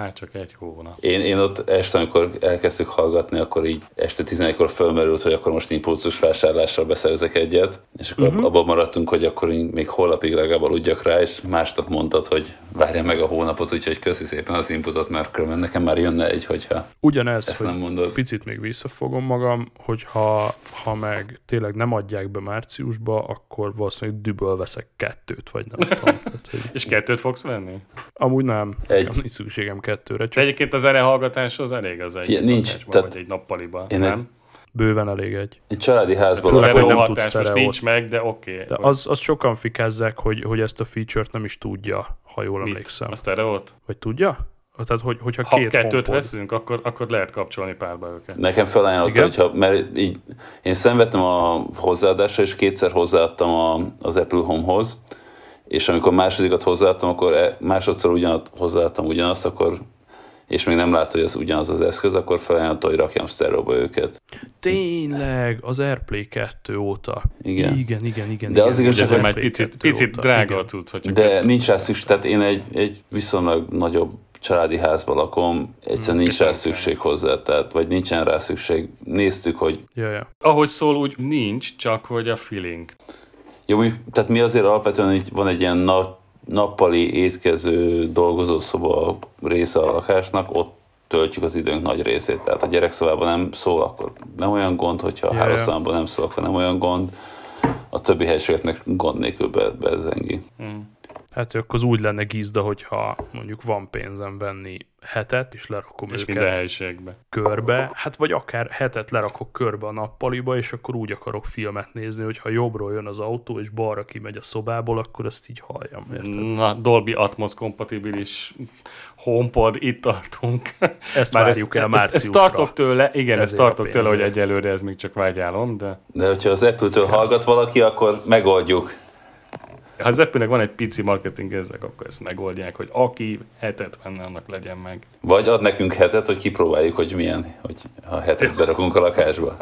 [SPEAKER 2] Én ott este, amikor elkezdtük hallgatni, akkor így este 11-kor fölmerült, hogy akkor most impulzus vásárlással beszerzek egyet, és akkor abban maradtunk, hogy akkor még holnapig legalább aludjak rá, és másnap mondtad, hogy várja meg a hónapot, úgyhogy köszi szépen az inputot, mert különben nekem már jönne egy, hogyha
[SPEAKER 1] ugyanez,
[SPEAKER 2] ezt
[SPEAKER 1] hogy
[SPEAKER 2] nem mondod.
[SPEAKER 1] Picit még visszafogom magam, hogyha meg tényleg nem adják be márciusba, akkor valószínűleg düböl veszek 2, vagy nem tudom. Tehát, hogy...
[SPEAKER 3] És 2 fogsz venni?
[SPEAKER 1] Amúgy nem.
[SPEAKER 2] Nincs
[SPEAKER 1] szükségem 2-re.
[SPEAKER 3] Csak... Egyébként a zenehallgatáshoz elég az egy
[SPEAKER 2] nincs,
[SPEAKER 3] tehát... vagy egy nappaliba, nem?
[SPEAKER 1] Bőven elég egy.
[SPEAKER 2] Egy családi házban
[SPEAKER 3] Ez
[SPEAKER 1] Főleg,
[SPEAKER 3] erre
[SPEAKER 1] hogy
[SPEAKER 3] nem
[SPEAKER 1] nem
[SPEAKER 3] hatás,
[SPEAKER 1] tudsz
[SPEAKER 3] most
[SPEAKER 1] sztereót.
[SPEAKER 3] nincs meg, de oké.
[SPEAKER 1] De az sokan fikázzák, hogy ezt a feature-t nem is tudja, ha jól emlékszem.
[SPEAKER 3] A sztereót?
[SPEAKER 1] Vagy tudja? Tehát, hogyha
[SPEAKER 3] Ha
[SPEAKER 1] két
[SPEAKER 3] kettőt
[SPEAKER 1] HomePod...
[SPEAKER 3] veszünk, akkor lehet kapcsolni párba őket.
[SPEAKER 2] Nekem felajánlotta, hogyha, mert így, én szenvedtem a hozzáadásra, és kétszer hozzáadtam az Apple Home-hoz, és amikor másodikat hozzáadtam, akkor másodszor hozzáadtam ugyanazt, akkor, és még nem látta, hogy ez ugyanaz az eszköz, akkor felajánlotta, hogy rakjam sztereóba őket.
[SPEAKER 1] Tényleg, az AirPlay 2 óta.
[SPEAKER 2] Igen.
[SPEAKER 1] Igen.
[SPEAKER 2] De az igazság,
[SPEAKER 3] Ez
[SPEAKER 2] hogy
[SPEAKER 3] már picit drága a cucc, hogyha
[SPEAKER 2] de
[SPEAKER 3] kettőt
[SPEAKER 2] nincs rá
[SPEAKER 3] veszünk.
[SPEAKER 2] szükség, tehát én egy viszonylag nagyobb családi házban lakom, egyszerűen nincs rá szükség hozzá, tehát, vagy nincsen rá szükség. Néztük, hogy
[SPEAKER 1] Ja.
[SPEAKER 3] Ahogy szól, úgy nincs, csak hogy a feeling.
[SPEAKER 2] jó, tehát mi azért alapvetően így van egy ilyen nappali étkező dolgozószoba része a lakásnak, ott töltjük az időnk nagy részét. Tehát a gyerekszobában nem szól, akkor nem olyan gond, hogyha a hálószobában nem szól, akkor nem olyan gond. A többi helységet gond nélkül bezengi.
[SPEAKER 1] Hát akkor az úgy lenne gizda, hogyha mondjuk van pénzem venni hetet, és lerakom
[SPEAKER 3] És
[SPEAKER 1] őket
[SPEAKER 3] minden helyiségbe.
[SPEAKER 1] körbe, hát vagy akár hetet lerakok körbe a nappaliba, és akkor úgy akarok filmet nézni, hogy ha jobbról jön az autó, és balra kimegy a szobából, akkor azt így halljam, érted?
[SPEAKER 3] Na, Dolby Atmos kompatibilis HomePod, itt tartunk.
[SPEAKER 1] Ezt várjuk el márciusra.
[SPEAKER 3] Ezt tartok tőle, igen, ezt
[SPEAKER 1] Ezért a
[SPEAKER 3] tartok tőle, hogy
[SPEAKER 1] pénzért.
[SPEAKER 3] egyelőre ez még csak vágyálom, de
[SPEAKER 2] De hogyha az Apple-től hallgat valaki, akkor megoldjuk.
[SPEAKER 3] ha az Apple-nek van egy pici marketing ezek, akkor ezt megoldják, hogy aki hetet venne, annak legyen meg.
[SPEAKER 2] Vagy ad nekünk hetet, hogy kipróbáljuk, hogy milyen, hogy ha hetet berakunk a lakásba.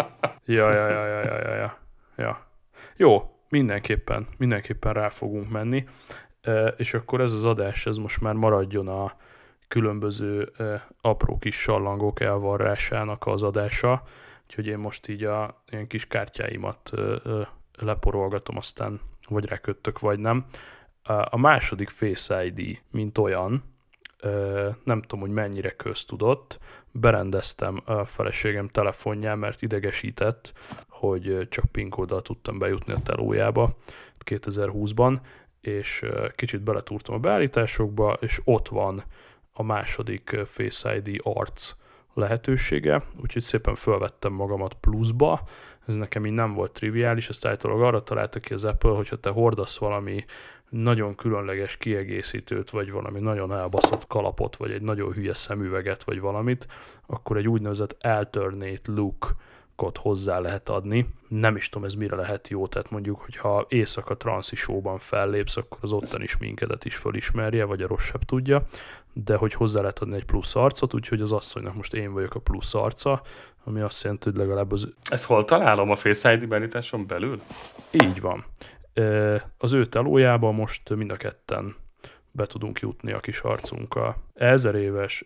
[SPEAKER 1] Ja. Jó, mindenképpen rá fogunk menni, és akkor ez az adás, ez most már maradjon a különböző apró kis sallangok elvarrásának az adása, úgyhogy én most így a ilyen kis kártyáimat leporolgatom, aztán vagy ráköttök, vagy nem. A második Face ID, mint olyan, nem tudom, hogy mennyire köztudott, berendeztem a feleségem telefonján, mert idegesített, hogy csak PIN kóddal tudtam bejutni a telójába 2020-ban, és kicsit beletúrtam a beállításokba, és ott van a második Face ID arc lehetősége, úgyhogy szépen felvettem magamat pluszba. Ez nekem így nem volt triviális, ezt állítólag arra találta ki az Apple, hogyha te hordasz valami nagyon különleges kiegészítőt, vagy valami nagyon elbaszott kalapot, vagy egy nagyon hülye szemüveget, vagy valamit, akkor egy úgynevezett alternate look-ot hozzá lehet adni. Nem is tudom, ez mire lehet jó, tehát mondjuk, hogyha éjszaka transzi showban fellépsz, akkor az ottani sminkedet is fölismerje, vagy a rosszabb tudja, de hogy hozzá lehet adni egy plusz arcot, úgyhogy az asszonynak most én vagyok a plusz arca, ami azt jelenti, hogy legalább az...
[SPEAKER 3] Ezt hol találom? A Face ID beállításon belül?
[SPEAKER 1] Így van. Az ő telójába most mind a ketten be tudunk jutni a kis arcunkkal. 1000 éves,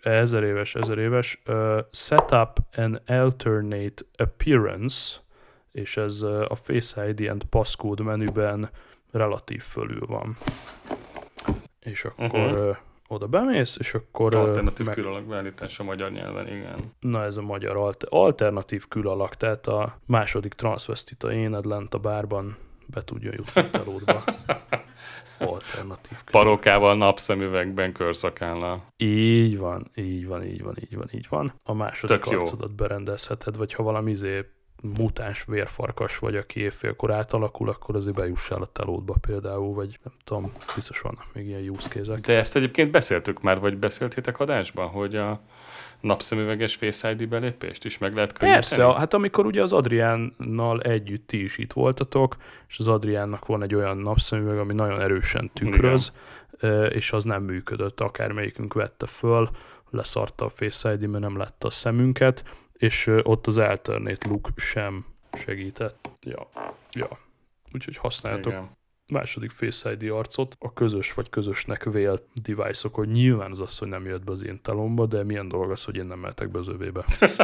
[SPEAKER 1] Setup an Alternate Appearance, és ez a Face ID and Passcode menüben relatív fölül van. És akkor oda bemész, és akkor...
[SPEAKER 3] Alternatív külalak beállítása magyar nyelven, igen.
[SPEAKER 1] Na ez a magyar alternatív külalak, tehát a második transvestita éned lent a bárban be tudjon jutni a telódba. Alternatív külalak.
[SPEAKER 3] Parókával, napszemüvegben, körszakállal.
[SPEAKER 1] Így van. A második
[SPEAKER 3] Tök jó.
[SPEAKER 1] arcodat berendezheted, vagy ha valami mutáns vérfarkas vagy, aki évfélkor átalakul, akkor azért bejussál a telódba például, vagy nem tudom, biztos vannak még ilyen use case-ek.
[SPEAKER 3] De ezt egyébként beszéltük már, vagy beszéltétek adásban, hogy a napszemüveges Face ID belépést is meg lehet könnyíteni?
[SPEAKER 1] Persze, hát amikor ugye az Adriánnal együtt ti is itt voltatok, és az Adriánnak van egy olyan napszemüveg, ami nagyon erősen tükröz, és az nem működött, akármelyikünk vette föl, leszarta a Face ID, mert nem látta a szemünket, és ott az alternate look sem segített. Ja. Úgyhogy használjátok második Face ID arcot, a közös vagy közösnek vélt device-okon. Nyilván az az, hogy nem jött be az én telomba, de milyen dolog az, hogy én nem mehetek be az övébe.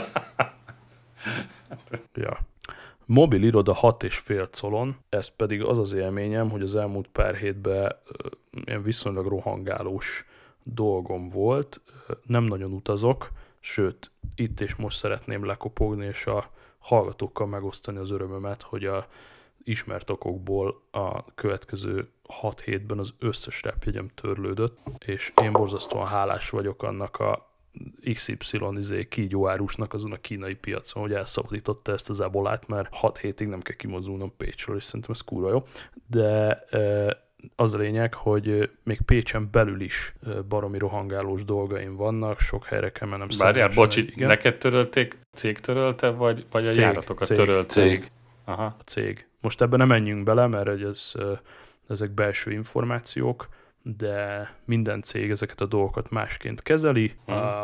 [SPEAKER 1] Ja. Mobil iroda 6,5 colon, ez pedig az az élményem, hogy az elmúlt pár hétben ilyen viszonylag rohangálós dolgom volt, nem nagyon utazok, sőt, itt és most szeretném lekopogni, és a hallgatókkal megosztani az örömömet, hogy a ismert okokból a következő 6 hétben az összes repjegyem törlődött, és én borzasztóan hálás vagyok annak a XY kígyóárusnak azon a kínai piacon, hogy elszabadította ezt az ebolát, mert 6 hétig nem kell kimozdulnom Pécsről, és szerintem ez kurva jó. De az a lényeg, hogy még Pécsen belül is baromi rohangálós dolgaim vannak, sok helyre kell mennem.
[SPEAKER 3] Várjál, bocsi, neked törölték, cég törölte, vagy a járatokat törölték?
[SPEAKER 2] Cég.
[SPEAKER 3] Aha.
[SPEAKER 1] A cég. Most ebben nem menjünk bele, mert ezek belső információk, de minden cég ezeket a dolgokat másként kezeli,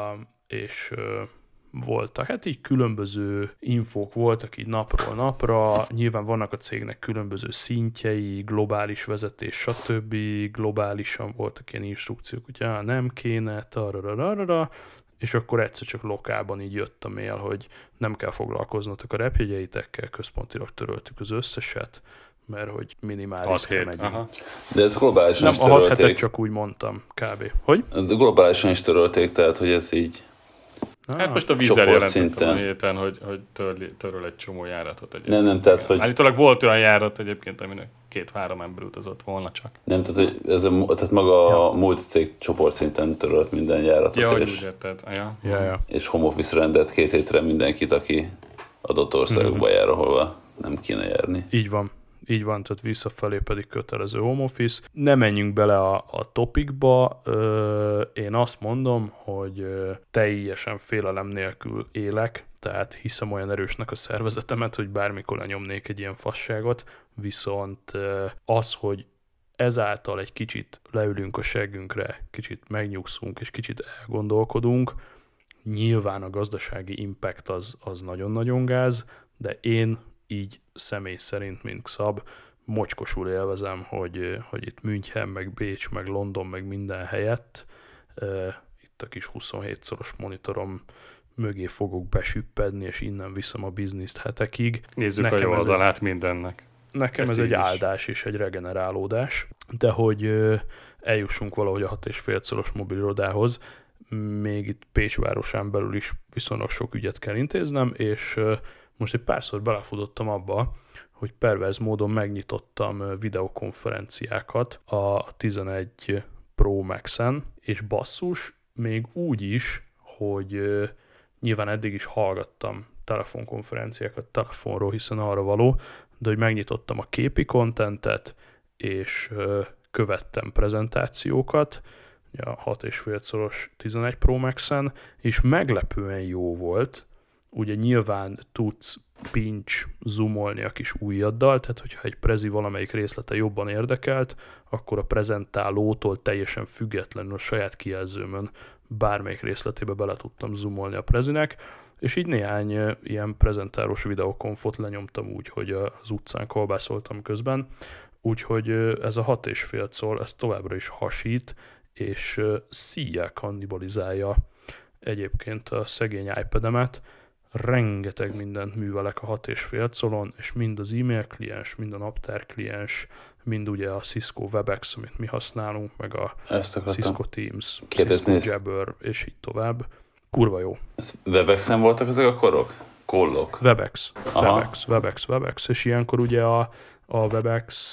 [SPEAKER 1] és voltak, hát így különböző infók voltak így napról napra, nyilván vannak a cégnek különböző szintjei, globális vezetés, stb. Globálisan voltak ilyen instrukciók, hogy nem kéne, tararararara, és akkor egyszer csak lokálban így jött a mail, hogy nem kell foglalkoznotok a repjegyeitekkel, központilag töröltük az összeset, mert hogy minimális megyünk.
[SPEAKER 2] De ez globálisan
[SPEAKER 1] nem,
[SPEAKER 2] is törölték.
[SPEAKER 1] Nem, a 6 hetet csak úgy mondtam, kb. Hogy?
[SPEAKER 2] De globálisan is törölték, tehát hogy ez így...
[SPEAKER 3] Hát most a vízzel jelentettem a héten, hogy töröl egy csomó járatot egyébként.
[SPEAKER 2] Nem, tehát hogy...
[SPEAKER 3] Állítólag volt olyan járat egyébként, aminek 2-3 ember utazott volna csak.
[SPEAKER 2] Nem, tehát, hogy tehát maga a multicég csoportszinten törölt minden járatot.
[SPEAKER 3] Ja, hogy úgy érted. Ja.
[SPEAKER 2] És home office rendelt 2 hétre mindenkit, aki adott országokba jár, ahol nem kéne járni.
[SPEAKER 1] Így van, tehát visszafelé pedig kötelező home office. Ne menjünk bele a topikba, én azt mondom, hogy teljesen félelem nélkül élek, tehát hiszem olyan erősnek a szervezetemet, hogy bármikor lenyomnék egy ilyen fasságot, viszont az, hogy ezáltal egy kicsit leülünk a seggünkre, kicsit megnyugszunk és kicsit elgondolkodunk, nyilván a gazdasági impact az nagyon-nagyon gáz, de én így személy szerint, mint Xab, mocskosul élvezem, hogy itt München, meg Bécs, meg London, meg minden helyett itt a kis 27 szoros monitorom mögé fogok besüppedni, és innen viszem a bizniszt hetekig.
[SPEAKER 3] Nézzük nekem a jó oldalát mindennek.
[SPEAKER 1] Nekem ez egy áldás és egy regenerálódás, de hogy eljussunk valahogy a 6,5 szoros mobilirodához, még itt Pécs városán belül is viszonylag sok ügyet kell intéznem, és most egy párszor belefutottam abba, hogy perverz módon megnyitottam videokonferenciákat a 11 Pro Max-en, és basszus, még úgy is, hogy nyilván eddig is hallgattam telefonkonferenciákat telefonról, hiszen arra való, de hogy megnyitottam a képi kontentet, és követtem prezentációkat, a 6,5 szoros 11 Pro Max-en, és meglepően jó volt. Ugye nyilván tudsz pinch zoomolni a kis ujjaddal, tehát hogyha egy prezi valamelyik részlete jobban érdekelt, akkor a prezentálótól teljesen függetlenül a saját kijelzőmön bármelyik részletébe bele tudtam zoomolni a prezinek, és így néhány ilyen prezentáros videokonfot lenyomtam úgy, hogy az utcán kolbászoltam közben, úgyhogy ez a 6,5 szól, ez továbbra is hasít, és szíjjel kannibalizálja egyébként a szegény iPad-emet. Rengeteg mindent művelek a 6,5 szolon, és mind az e-mail kliens, mind a naptár kliens, mind ugye a Cisco WebEx, amit mi használunk, meg a Cisco Teams, Cisco Jabber, és így tovább. Kurva jó.
[SPEAKER 2] WebEx-en voltak ezek a kollok?
[SPEAKER 1] WebEx, és ilyenkor ugye a WebEx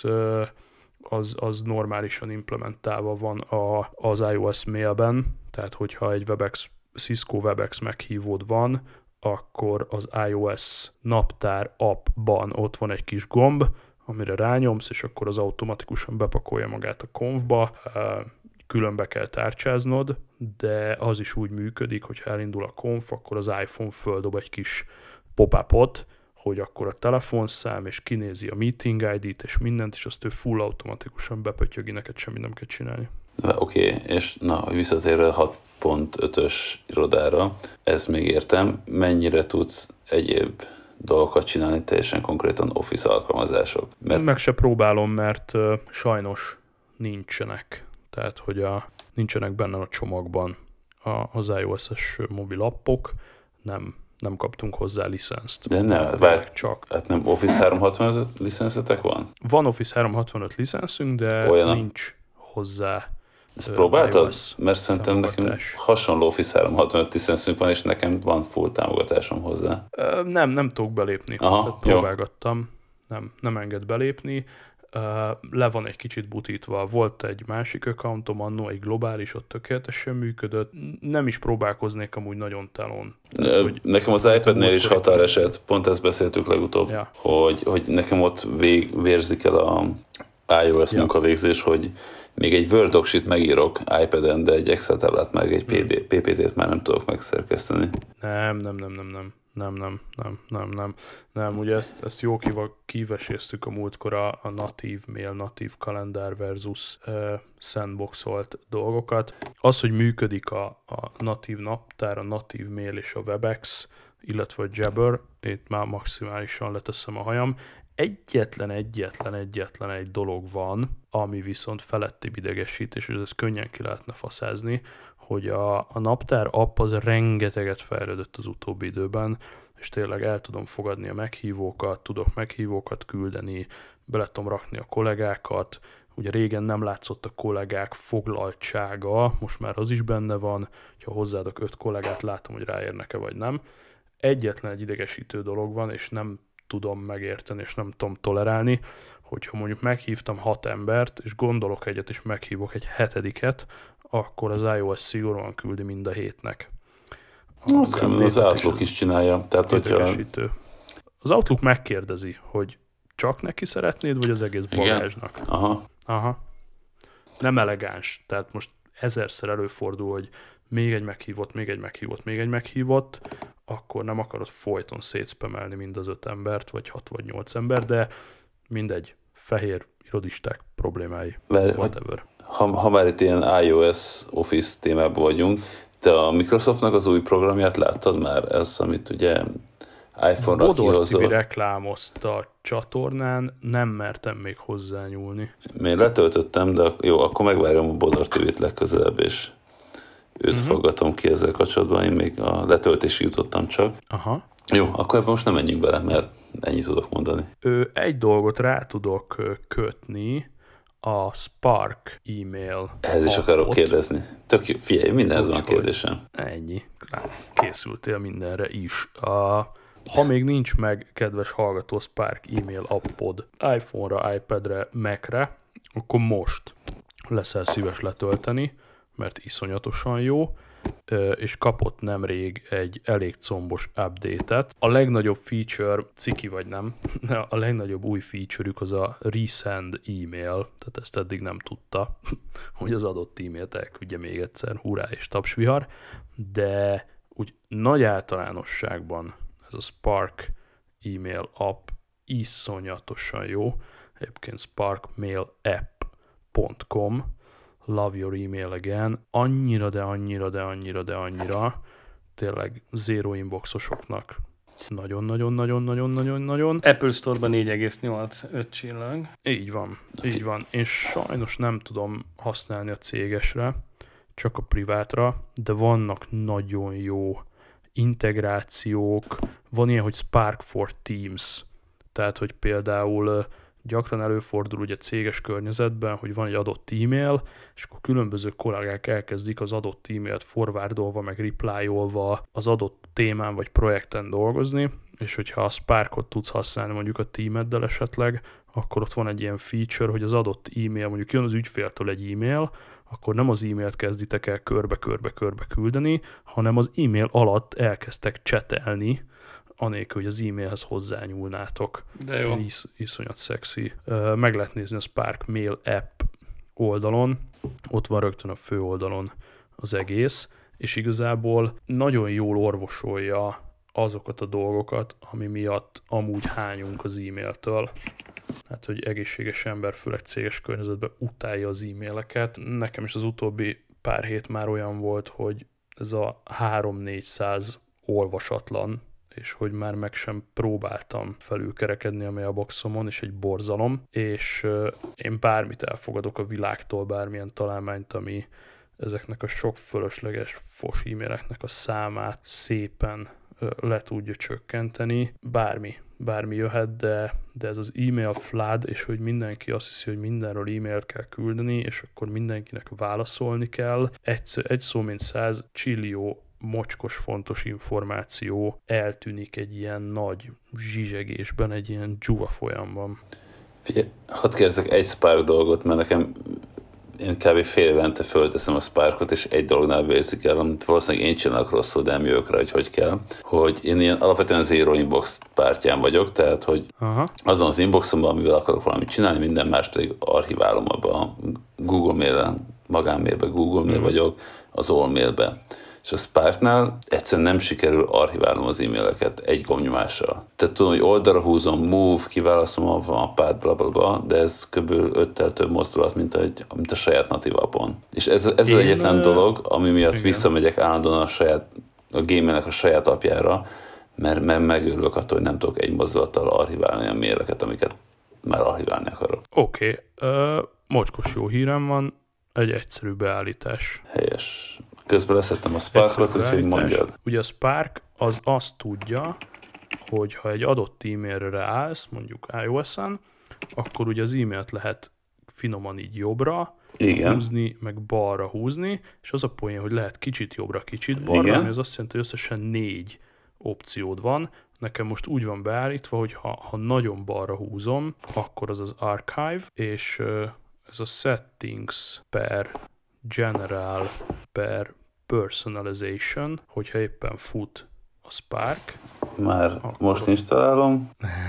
[SPEAKER 1] az normálisan implementálva van az iOS mailben, tehát hogyha egy Cisco WebEx meghívód van, akkor az iOS naptár appban ott van egy kis gomb, amire rányomsz, és akkor az automatikusan bepakolja magát a konfba, különbe kell tárcsáznod, de az is úgy működik, hogy ha elindul a konf, akkor az iPhone földob egy kis pop-upot, hogy akkor a telefonszám, és kinézi a meeting ID-t, és mindent, és azt ő full automatikusan bepötyögi, neked semmit nem kell csinálni.
[SPEAKER 2] Oké, és hogy visszatérve 6.5-ös irodára, ezt még értem, mennyire tudsz egyéb dolgokat csinálni, teljesen konkrétan Office alkalmazások?
[SPEAKER 1] Meg se próbálom, mert sajnos nincsenek. Tehát, hogy nincsenek benne a csomagban az iOS-es mobil appok, nem kaptunk hozzá licenszt.
[SPEAKER 2] De nem, csak. Hát nem Office 365 licenszetek van?
[SPEAKER 1] Van Office 365 licenszünk, de olyan nincs hozzá.
[SPEAKER 2] Ezt próbáltad? Mert szerintem nekünk hasonló Office 365 licenszünk van, és nekem van full támogatásom hozzá.
[SPEAKER 1] Nem tudok belépni.
[SPEAKER 2] Aha,
[SPEAKER 1] tehát próbálgattam. Nem enged belépni. le van egy kicsit butítva. Volt egy másik accountom annó, egy globális, ott tökéletesen működött. Nem is próbálkoznék amúgy nagyon telón.
[SPEAKER 2] Nekem az iPad-nél is határeset, pont ezt beszéltük legutóbb, hogy nekem ott vérzik el a iOS munkavégzés, hogy még egy Word doc-sit megírok iPad-en, de egy Excel táblát meg egy PPT-t már nem tudok megszerkeszteni.
[SPEAKER 1] Nem, ugye ezt jó kiveséztük a múltkor a natív mail, natív kalendár versus sandboxolt dolgokat. Az, hogy működik a natív naptár, a natív mail és a WebEx, illetve a Jabber, itt már maximálisan leteszem a hajam. Egyetlen egy dolog van, ami viszont felettibb idegesítés, és ez könnyen ki lehetne faszázni, hogy a naptár app az rengeteget fejlődött az utóbbi időben, és tényleg el tudom fogadni a meghívókat, tudok meghívókat küldeni, bele tudom rakni a kollégákat, ugye régen nem látszott a kollégák foglaltsága, most már az is benne van, ha hozzáadok 5 kollégát, látom, hogy ráérnek-e vagy nem. Egyetlen egy idegesítő dolog van, és nem tudom megérteni, és nem tudom tolerálni, hogyha mondjuk meghívtam 6 embert, és gondolok egyet, és meghívok egy 7-et, akkor az iOS szigorúan küldi mind a 7-nek.
[SPEAKER 2] Az Outlook is csinálja. Tehát,
[SPEAKER 1] Az Outlook megkérdezi, hogy csak neki szeretnéd, vagy az egész bagázsnak. Aha. Nem elegáns. Tehát most 1000-szer előfordul, hogy még egy meghívott, akkor nem akarod folyton szétszpemelni mind az 5 embert, vagy 6 vagy 8 ember, de mindegy, fehér irodisták problémái. Whatever.
[SPEAKER 2] Ha már itt ilyen iOS Office témában vagyunk, te a Microsoftnak az új programját láttad már? Ez, amit ugye iPhone-ra kihozott.
[SPEAKER 1] Bodor Tibi reklámozta a csatornán, nem mertem még hozzányúlni.
[SPEAKER 2] Én letöltöttem, de jó, akkor megvárjam a Bodor TV-t legközelebb, és őt fogatom ki ezzel kapcsolatban, én még a letöltési jutottam csak.
[SPEAKER 1] Aha.
[SPEAKER 2] Jó, akkor ebben most nem menjünk bele, mert ennyit tudok mondani.
[SPEAKER 1] Egy dolgot rá tudok kötni, a Spark e-mail.
[SPEAKER 2] Ehhez is akarok kérdezni. Figyelj, mindenhez van kérdésem.
[SPEAKER 1] Ennyi. Készültél mindenre is. Ha még nincs meg, kedves hallgató, Spark e-mail appod iPhone-ra, iPad-re, Mac-re, akkor most leszel szíves letölteni, mert iszonyatosan jó, és kapott nemrég egy elég combos update-et. A legnagyobb feature, ciki vagy nem, a legnagyobb új feature-ük az a resend e-mail, tehát ezt eddig nem tudta, hogy az adott e-mailt elküldje még egyszer, hurrá és tapsvihar, de úgy nagy általánosságban ez a Spark e-mail app iszonyatosan jó, egyébként sparkmailapp.com, Love your email again. Annyira, tényleg zero inboxosoknak nagyon.
[SPEAKER 3] Apple Store-ban 4,8 5 csillag.
[SPEAKER 1] Így van. Én sajnos nem tudom használni a cégesre, csak a privátra, de vannak nagyon jó integrációk. Van ilyen, hogy Spark for Teams, tehát, hogy például gyakran előfordul ugye céges környezetben, hogy van egy adott e-mail, és akkor különböző kollégák elkezdik az adott e-mailt forwardolva, meg replyolva az adott témán vagy projekten dolgozni, és hogyha a Sparkot tudsz használni mondjuk a teameddel esetleg, akkor ott van egy ilyen feature, hogy az adott e-mail, mondjuk jön az ügyféltől egy e-mail, akkor nem az e-mailt kezditek el körbe küldeni, hanem az e-mail alatt elkezdtek csetelni, anélkül, hogy az e-mailhez hozzányúlnátok.
[SPEAKER 3] De jó.
[SPEAKER 1] Iszonyat szexi. Meg lehet nézni a Spark Mail App oldalon, ott van rögtön a fő oldalon az egész, és igazából nagyon jól orvosolja azokat a dolgokat, ami miatt amúgy hányunk az e-mailtől. Hát, hogy egészséges ember, főleg céges környezetben utálja az e-maileket. Nekem is az utóbbi pár hét már olyan volt, hogy ez a 3-400 olvasatlan, és hogy már meg sem próbáltam felülkerekedni a mailboxomon, és egy borzalom, és én bármit elfogadok a világtól, bármilyen találmányt, ami ezeknek a sok fölösleges fos e-maileknek a számát szépen le tudja csökkenteni. Bármi jöhet, de ez az e-mail flood, és hogy mindenki azt hiszi, hogy mindenről e-mailt kell küldeni, és akkor mindenkinek válaszolni kell. Egy szó mint 100 csillió mocskos fontos információ eltűnik egy ilyen nagy zsizsegésben, egy ilyen dzsuva folyamban.
[SPEAKER 2] Figyelj, hadd kérdezek egy Spark dolgot, mert nekem én kb. Fél évente fölteszem a Sparkot, és egy dolognál bérzik el, amit valószínűleg én csinálok rosszul, de nem jövök rá, hogy kell. Hogy én ilyen alapvetően zero inbox pártján vagyok, tehát hogy azon az inboxomban, amivel akarok valamit csinálni, minden más pedig archiválom abba a Google Mail-en, magánmailbe, Google Mail vagyok, az Allmailbe. És a Sparknál egyszerűen nem sikerül archiválnom az e-maileket egy gombnyomással. Tehát tudom, hogy oldalra húzom, move, kiválasztom a mappát, blablabla, de ez kb. 5-tel több mozdulat, mint a saját natív appon. És ez az egyetlen dolog, ami miatt visszamegyek állandóan a Gmailnek a saját appjára, mert megőrülök attól, hogy nem tudok egy mozdulattal archiválni a maileket, amiket már archiválni akarok.
[SPEAKER 1] Oké. Mocskos jó hírem van, egy egyszerű beállítás.
[SPEAKER 2] Helyes. Közben leszettem a Sparkot, úgyhogy mondjad.
[SPEAKER 1] Ugye a Spark az azt tudja, hogy ha egy adott e-mailre ráállsz, mondjuk iOS-en, akkor ugye az e-mailt lehet finoman így jobbra húzni, meg balra húzni, és az a poén, hogy lehet kicsit jobbra, kicsit balra, ami az azt jelenti, hogy összesen 4 opciód van. Nekem most úgy van beállítva, hogy ha nagyon balra húzom, akkor az az Archive, és ez a Settings per General per Personalization, hogyha éppen fut a Spark.
[SPEAKER 2] Már akkor most installálom.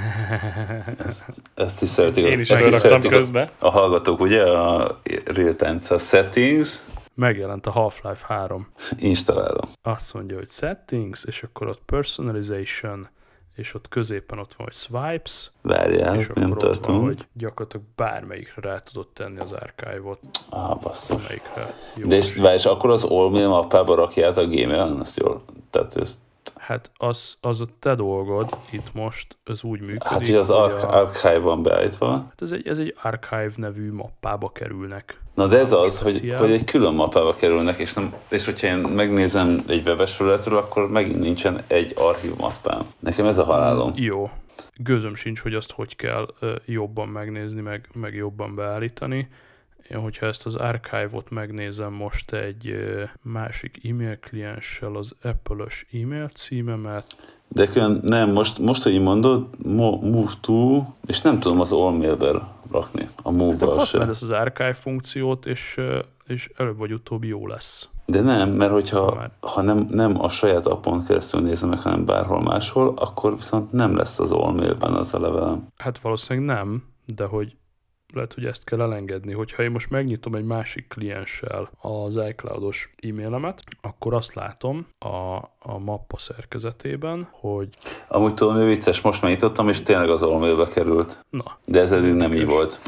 [SPEAKER 2] Ezt is szeretik.
[SPEAKER 3] Én is megraktam közben.
[SPEAKER 2] A hallgatók, ugye? A real-time, a Settings.
[SPEAKER 1] Megjelent a Half-Life 3.
[SPEAKER 2] Installálom.
[SPEAKER 1] Azt mondja, hogy Settings, és akkor ott Personalization, és ott középen ott van, hogy Swipes.
[SPEAKER 2] Várjál,
[SPEAKER 1] és
[SPEAKER 2] nem
[SPEAKER 1] akkor
[SPEAKER 2] tartunk.
[SPEAKER 1] ott van, hogy gyakorlatilag bármelyikre rá tudod tenni az archive-ot.
[SPEAKER 2] Basszus.
[SPEAKER 1] De
[SPEAKER 2] és akkor az Allmail mappába rakja át a Gmailen, azt jól? Tehát ezt...
[SPEAKER 1] Hát az a te dolgod, itt most ez úgy működik.
[SPEAKER 2] Hát, hogy az Archive van beállítva.
[SPEAKER 1] Hát ez egy Archive nevű mappába kerülnek.
[SPEAKER 2] Na de ez az, hogy egy külön mappába kerülnek, és hogyha én megnézem egy webes felületről, akkor megint nincsen egy archív mappám. Nekem ez a halálom.
[SPEAKER 1] Jó. Gőzöm sincs, hogy azt hogy kell jobban megnézni, meg jobban beállítani. Én, hogyha ezt az Archive-ot megnézem most egy másik e-mail klienssel, az Apple-ös e-mail címemet.
[SPEAKER 2] De külön nem, most hogy így mondod, move to, és nem tudom az Allmailbe rakni. A move-val
[SPEAKER 1] hát használd ezt az Archive funkciót, és előbb vagy utóbb jó lesz.
[SPEAKER 2] De nem, mert hogyha nem a saját appon keresztül nézem meg, hanem bárhol máshol, akkor viszont nem lesz az Allmailben az a levelem.
[SPEAKER 1] Hát valószínűleg nem, de hogy lehet, hogy ezt kell elengedni. Hogyha én most megnyitom egy másik klienssel az iCloud-os e-mailemet, akkor azt látom a mappa szerkezetében, hogy...
[SPEAKER 2] Amúgy tudom, hogy vicces, most megnyitottam, és tényleg az Allmailbe került.
[SPEAKER 1] Na.
[SPEAKER 2] De ez eddig nem így volt.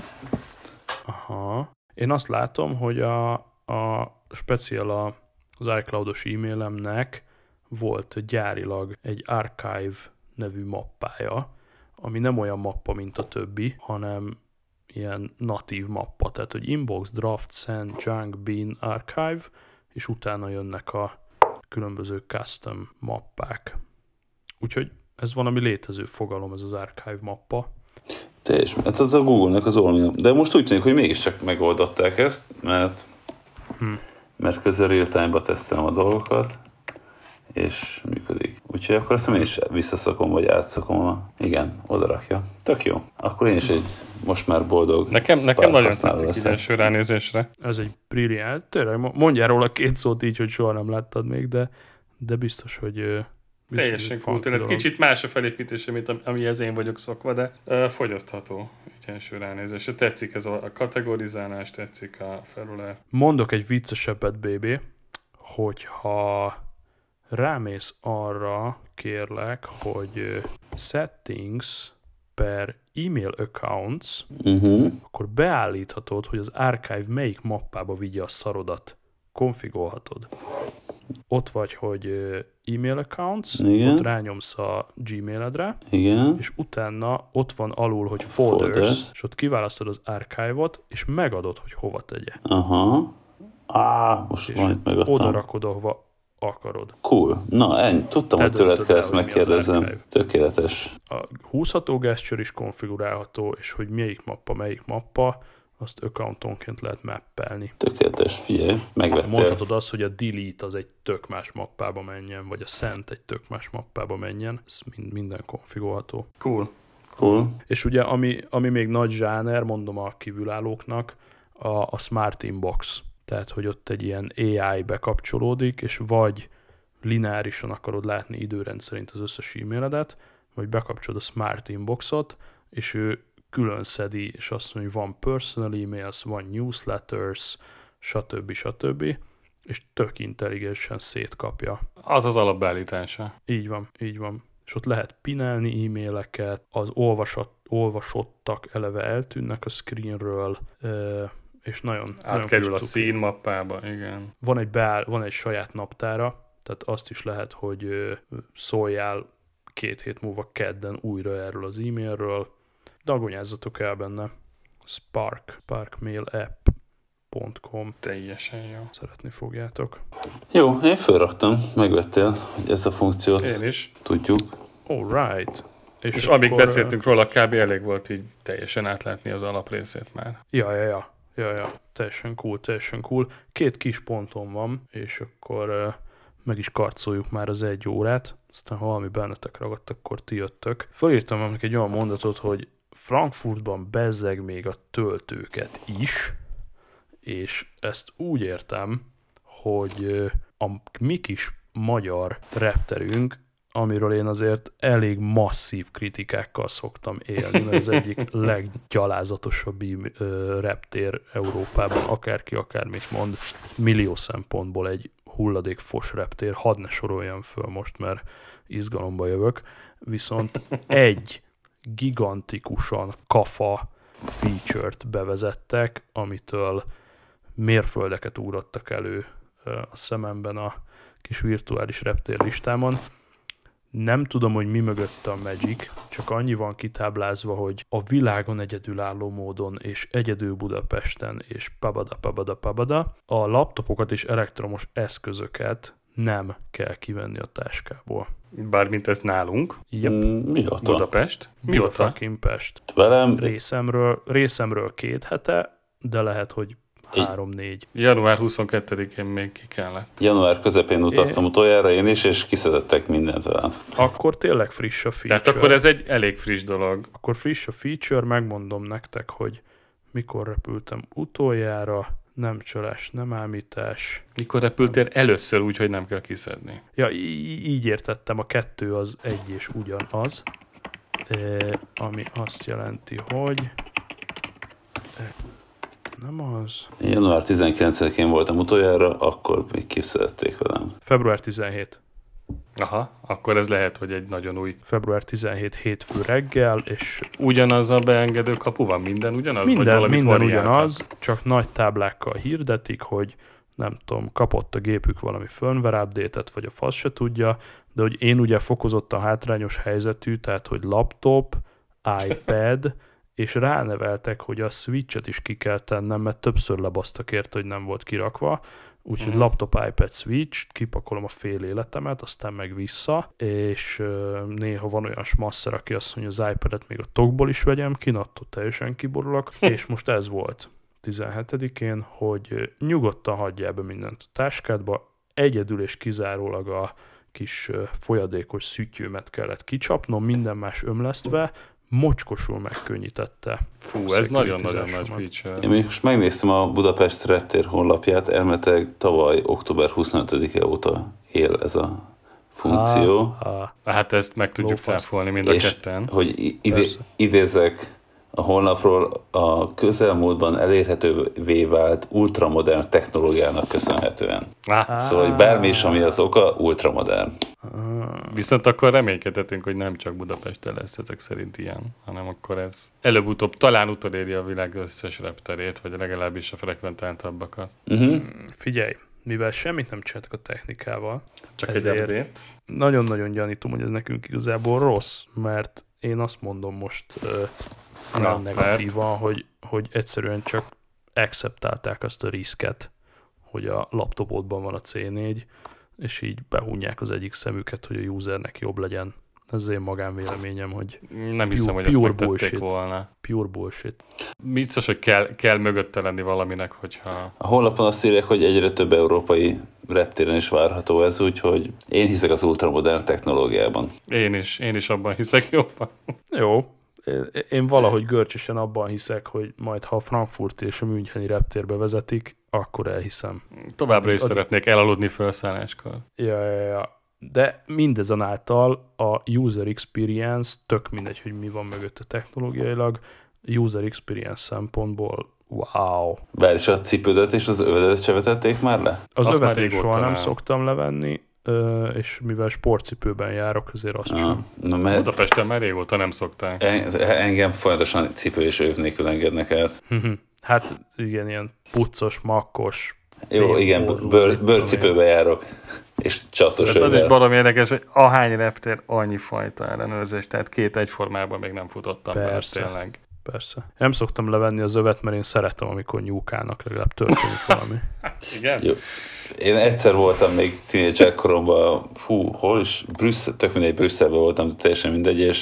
[SPEAKER 1] Aha. Én azt látom, hogy a speciál az iCloud-os e-mailemnek volt gyárilag egy Archive nevű mappája, ami nem olyan mappa, mint a többi, hanem ilyen natív mappa, tehát hogy Inbox, Draft, Send, Junk, Bin, Archive, és utána jönnek a különböző custom mappák. Úgyhogy ez valami létező fogalom, ez az Archive mappa.
[SPEAKER 2] Teljesen, hát az a Google-nek az Allmail. De most úgy tűnik, hogy mégiscsak megoldották ezt, mert közben real-time-ba tesztelem a dolgokat, és működik. Úgyhogy akkor azt én is visszaszakom, vagy átszakom. Igen, oda rakja. Tök jó. Akkor én is egy most már boldog
[SPEAKER 3] Nekem nagyon tetszik így első ránézésre.
[SPEAKER 1] Ez egy brilliáns. Tényleg, mondjál róla 2 szót így, hogy soha nem láttad még, de biztos, hogy...
[SPEAKER 3] Teljesen cool. Tehát kicsit más a felépítése, mint amihez én vagyok szokva, de fogyasztható így első ránézésre. Tetszik ez a kategorizálás, tetszik a felület.
[SPEAKER 1] Mondok egy viccesebbet, BB, hogyha rámész arra, kérlek, hogy settings per email accounts, akkor beállíthatod, hogy az Archive melyik mappába vigye a szarodat. Konfigolhatod. Ott vagy, hogy email accounts,
[SPEAKER 2] igen.
[SPEAKER 1] Ott rányomsz a Gmailedre,
[SPEAKER 2] igen.
[SPEAKER 1] És utána ott van alul, hogy folders, és ott kiválasztod az Archive-ot, és megadod, hogy hova tegye.
[SPEAKER 2] Aha. Most van itt megadtam.
[SPEAKER 1] Oda rakod, ahova akarod.
[SPEAKER 2] Cool. Na, tudtam, hogy tőled kell ezt megkérdezem. Tökéletes.
[SPEAKER 1] A húzható gesture is konfigurálható, és hogy melyik mappa, azt accountonként lehet mappelni.
[SPEAKER 2] Tökéletes, figyelj, megvettél.
[SPEAKER 1] Mondhatod azt, hogy a delete az egy tök más mappába menjen, vagy a send egy tök más mappába menjen. Ez minden konfigurálható.
[SPEAKER 3] Cool.
[SPEAKER 2] Cool.
[SPEAKER 1] És ugye, ami még nagy zsáner, mondom a kívülállóknak, a Smart Inbox. Tehát, hogy ott egy ilyen AI bekapcsolódik, és vagy lineárisan akarod látni időrend szerint az összes e-mailedet, vagy bekapcsolod a Smart Inboxot, és ő külön szedi, és azt mondja, hogy van personal emails, van newsletters, stb. És tök intelligensen szétkapja.
[SPEAKER 3] Az az alapbeállítása.
[SPEAKER 1] Így van. És ott lehet pinelni e-maileket, az olvasottak eleve eltűnnek a screenről, és nagyon
[SPEAKER 3] átkerül a színmappába, igen.
[SPEAKER 1] Van egy saját naptára, tehát azt is lehet, hogy szóljál 2 hét múlva kedden újra erről az e-mailről. Dagonyázzatok el benne. sparkmailapp.com.
[SPEAKER 3] Teljesen jó.
[SPEAKER 1] Szeretni fogjátok.
[SPEAKER 2] Jó, én felraktam, megvettél, hogy ez a funkciót
[SPEAKER 3] Én is.
[SPEAKER 2] tudjuk.
[SPEAKER 1] Alright.
[SPEAKER 3] És amíg beszéltünk róla, kb. Elég volt így teljesen átlátni az alaprészét már.
[SPEAKER 1] Ja. Teljesen cool. 2 kis ponton van, és akkor meg is karcoljuk már az 1 órát, aztán ha valami bennetek ragadt, akkor ti jöttök. Fölírtam ennek egy olyan mondatot, hogy Frankfurtban bezzeg még a töltőket is, és ezt úgy értem, hogy a mi kis magyar repterünk, amiről én azért elég masszív kritikákkal szoktam élni, mert az egyik leggyalázatosabb reptér Európában, akárki akármit mond, millió szempontból egy hulladékfos reptér, hadd ne soroljam föl most, mert izgalomba jövök, viszont egy gigantikusan kafa feature-t bevezettek, amitől mérföldeket ugrottak elő a szememben a kis virtuális reptér listámon. Nem tudom, hogy mi mögött a Magic, csak annyi van kitáblázva, hogy a világon egyedülálló módon és egyedül Budapesten és pabada, a laptopokat és elektromos eszközöket nem kell kivenni a táskából.
[SPEAKER 3] Bármint ez nálunk.
[SPEAKER 1] Yep.
[SPEAKER 2] Mióta?
[SPEAKER 3] Budapest. Mióta?
[SPEAKER 1] Fucking Pest.
[SPEAKER 2] Velem
[SPEAKER 1] Részemről 2 hete, de lehet, hogy 3-4.
[SPEAKER 3] Január 22-én még ki kellett.
[SPEAKER 2] január közepén utaztam utoljára én is, és kiszedettek mindent velem.
[SPEAKER 1] Akkor tényleg friss a feature.
[SPEAKER 3] Tehát akkor ez egy elég friss dolog.
[SPEAKER 1] Akkor friss a feature, megmondom nektek, hogy mikor repültem utoljára, nem csalás, nem ámítás.
[SPEAKER 3] Mikor repültél először úgy, hogy nem kell kiszedni?
[SPEAKER 1] Ja, így értettem, a 2 az 1 és ugyanaz, ami azt jelenti, hogy nem az.
[SPEAKER 2] Én január 19-én voltam utoljára, akkor még kiszedették velem.
[SPEAKER 1] Február 17.
[SPEAKER 3] Aha, akkor ez lehet, hogy egy nagyon új.
[SPEAKER 1] Február 17 hétfő reggel, és
[SPEAKER 3] Ugyanaz a beengedő kapu van? Minden ugyanaz? Vagy
[SPEAKER 1] minden
[SPEAKER 3] valamit variáltak?
[SPEAKER 1] ugyanaz, csak nagy táblákkal hirdetik, hogy nem tudom, kapott a gépük valami firmware update-et, vagy a fasz se tudja, de hogy én ugye fokozottan hátrányos helyzetű, tehát hogy laptop, iPad, és ráneveltek, hogy a Switch-et is ki kell tennem, mert többször lebasztak érte, hogy nem volt kirakva, úgyhogy laptop, iPad, Switch, kipakolom a fél életemet, aztán meg vissza, és néha van olyan smasszer, aki azt mondja, az iPad-et még a tokból is vegyem ki, attól teljesen kiborulok, és most ez volt 17-én, hogy nyugodtan hagyjál be mindent a táskádba, egyedül és kizárólag a kis folyadékos szütyőmet kellett kicsapnom, minden más ömlesztve, mocskosul megkönnyítette.
[SPEAKER 3] Fú, ez nagyon-nagyon nagy feature.
[SPEAKER 2] Én még most megnéztem a Budapest reptér honlapját, elméletileg tavaly október 25-e óta él ez a funkció.
[SPEAKER 3] Hát ezt meg tudjuk cáfolni mind a ketten.
[SPEAKER 2] Hogy idézek a honlapról, a közelmúltban elérhetővé vált ultramodern technológiának köszönhetően. Szóval, hogy bármi is, ami az oka, ultramodern.
[SPEAKER 3] Viszont akkor reménykedhetünk, hogy nem csak Budapesten lesz ezek szerint ilyen, hanem akkor ez előbb-utóbb talán utoléri a világ összes repterét, vagy legalábbis a frekventáltabbakat.
[SPEAKER 1] Figyelj, mivel semmit nem csináltak a technikával,
[SPEAKER 3] csak egy update.
[SPEAKER 1] Nagyon-nagyon gyanítom, hogy ez nekünk igazából rossz, mert én azt mondom most nem negatívan, hogy egyszerűen csak acceptálták azt a riszket, hogy a laptopodban van a C4, és így behunják az egyik szemüket, hogy a usernek jobb legyen. Ez az én magánvéleményem, hogy
[SPEAKER 3] nem hiszem, hogy ezt megtették volna.
[SPEAKER 1] Pure bullshit.
[SPEAKER 3] Biztos, hogy kell mögötte lenni valaminek, hogyha...
[SPEAKER 2] A honlapon azt írják, hogy egyre több európai reptéren is várható ez, úgyhogy én hiszek az ultramodern technológiában.
[SPEAKER 3] Én is abban hiszek jobban.
[SPEAKER 1] Jó, Én valahogy görcsösen abban hiszek, hogy majd ha a Frankfurt és a Müncheni reptérbe vezetik, akkor elhiszem.
[SPEAKER 3] Továbbra is szeretnék elaludni felszálláskor.
[SPEAKER 1] Ja. De mindezonáltal a user experience, tök mindegy, hogy mi van mögötte technológiailag, user experience szempontból wow.
[SPEAKER 2] Bár is a cipődet és az övedet se vetették már le?
[SPEAKER 1] Az övet én soha nem szoktam levenni, és mivel sportcipőben járok, azért azt sem.
[SPEAKER 3] Budapesten már régóta nem szokták.
[SPEAKER 2] Engem folyamatosan cipő és öv nélkül engednek át.
[SPEAKER 1] Hát igen, ilyen puccos, makkos.
[SPEAKER 2] Jó, igen, bőrcipőbe járok. És csatos
[SPEAKER 3] az is baromi érdekes, hogy ahány reptér, annyi fajta ellenőrzés, tehát két egyformában még nem futottam be, tényleg.
[SPEAKER 1] Persze. Nem szoktam levenni az övet, mert én szeretem, amikor nyúkálnak, legalább történik valami.
[SPEAKER 3] Igen?
[SPEAKER 2] Jó. Én egyszer voltam még tínédzser koromban, hol is? Tök mindegy, Brüsszelben voltam, teljesen mindegy, és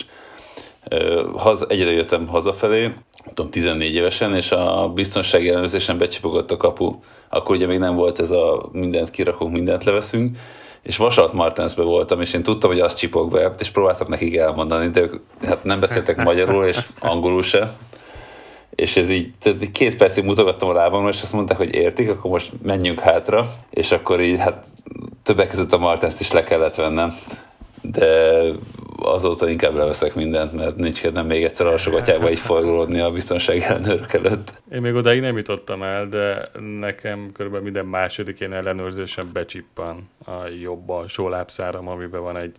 [SPEAKER 2] egyedül jöttem hazafelé, tudom, 14 évesen, és a biztonsági ellenőrzésen becsipogott a kapu. Akkor ugye még nem volt ez a mindent kirakunk, mindent leveszünk, és Vasalt-Martensbe voltam, és én tudtam, hogy azt csipog be, és próbáltam nekik elmondani, de ők hát nem beszéltek magyarul, és angolul se. És ez így, tehát 2 percig mutogattam a lábamra, és azt mondták, hogy értik, akkor most menjünk hátra, és akkor így, hát többek között a Martenst is le kellett vennem. De azóta inkább leveszek mindent, mert nincs kedvem még egyszer alsógatyába így forgolódni a biztonsági ellenőrök előtt.
[SPEAKER 3] Én még odáig nem jutottam el, de nekem körülbelül minden második ilyen ellenőrzésen becsippan a jobb alsó lábszáram, amiben van egy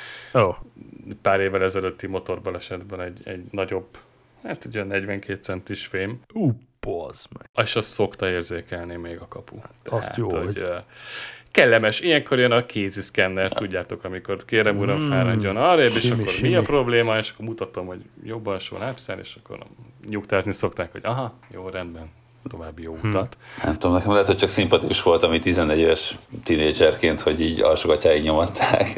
[SPEAKER 3] pár évvel ezelőtti motorbalesetben egy nagyobb, hát egy olyan 42 centis fém.
[SPEAKER 1] Bazd meg.
[SPEAKER 3] És azt szokta érzékelni még a kapu.
[SPEAKER 1] Azt jó, hogy...
[SPEAKER 3] Kellemes. Ilyenkor jön a kéziszkenner, tudjátok, amikor kérem uram fáradjon arrébb, és akkor mi a probléma, és akkor mutatom, hogy jobb alsó lábszár, és akkor nyugtázni szokták, hogy aha, jó, rendben, további jó utat.
[SPEAKER 2] Nem tudom, nekem lehet, hogy csak szimpatikus voltam így 14 éves tínédzserként, hogy így alsógatyáig nyomatták.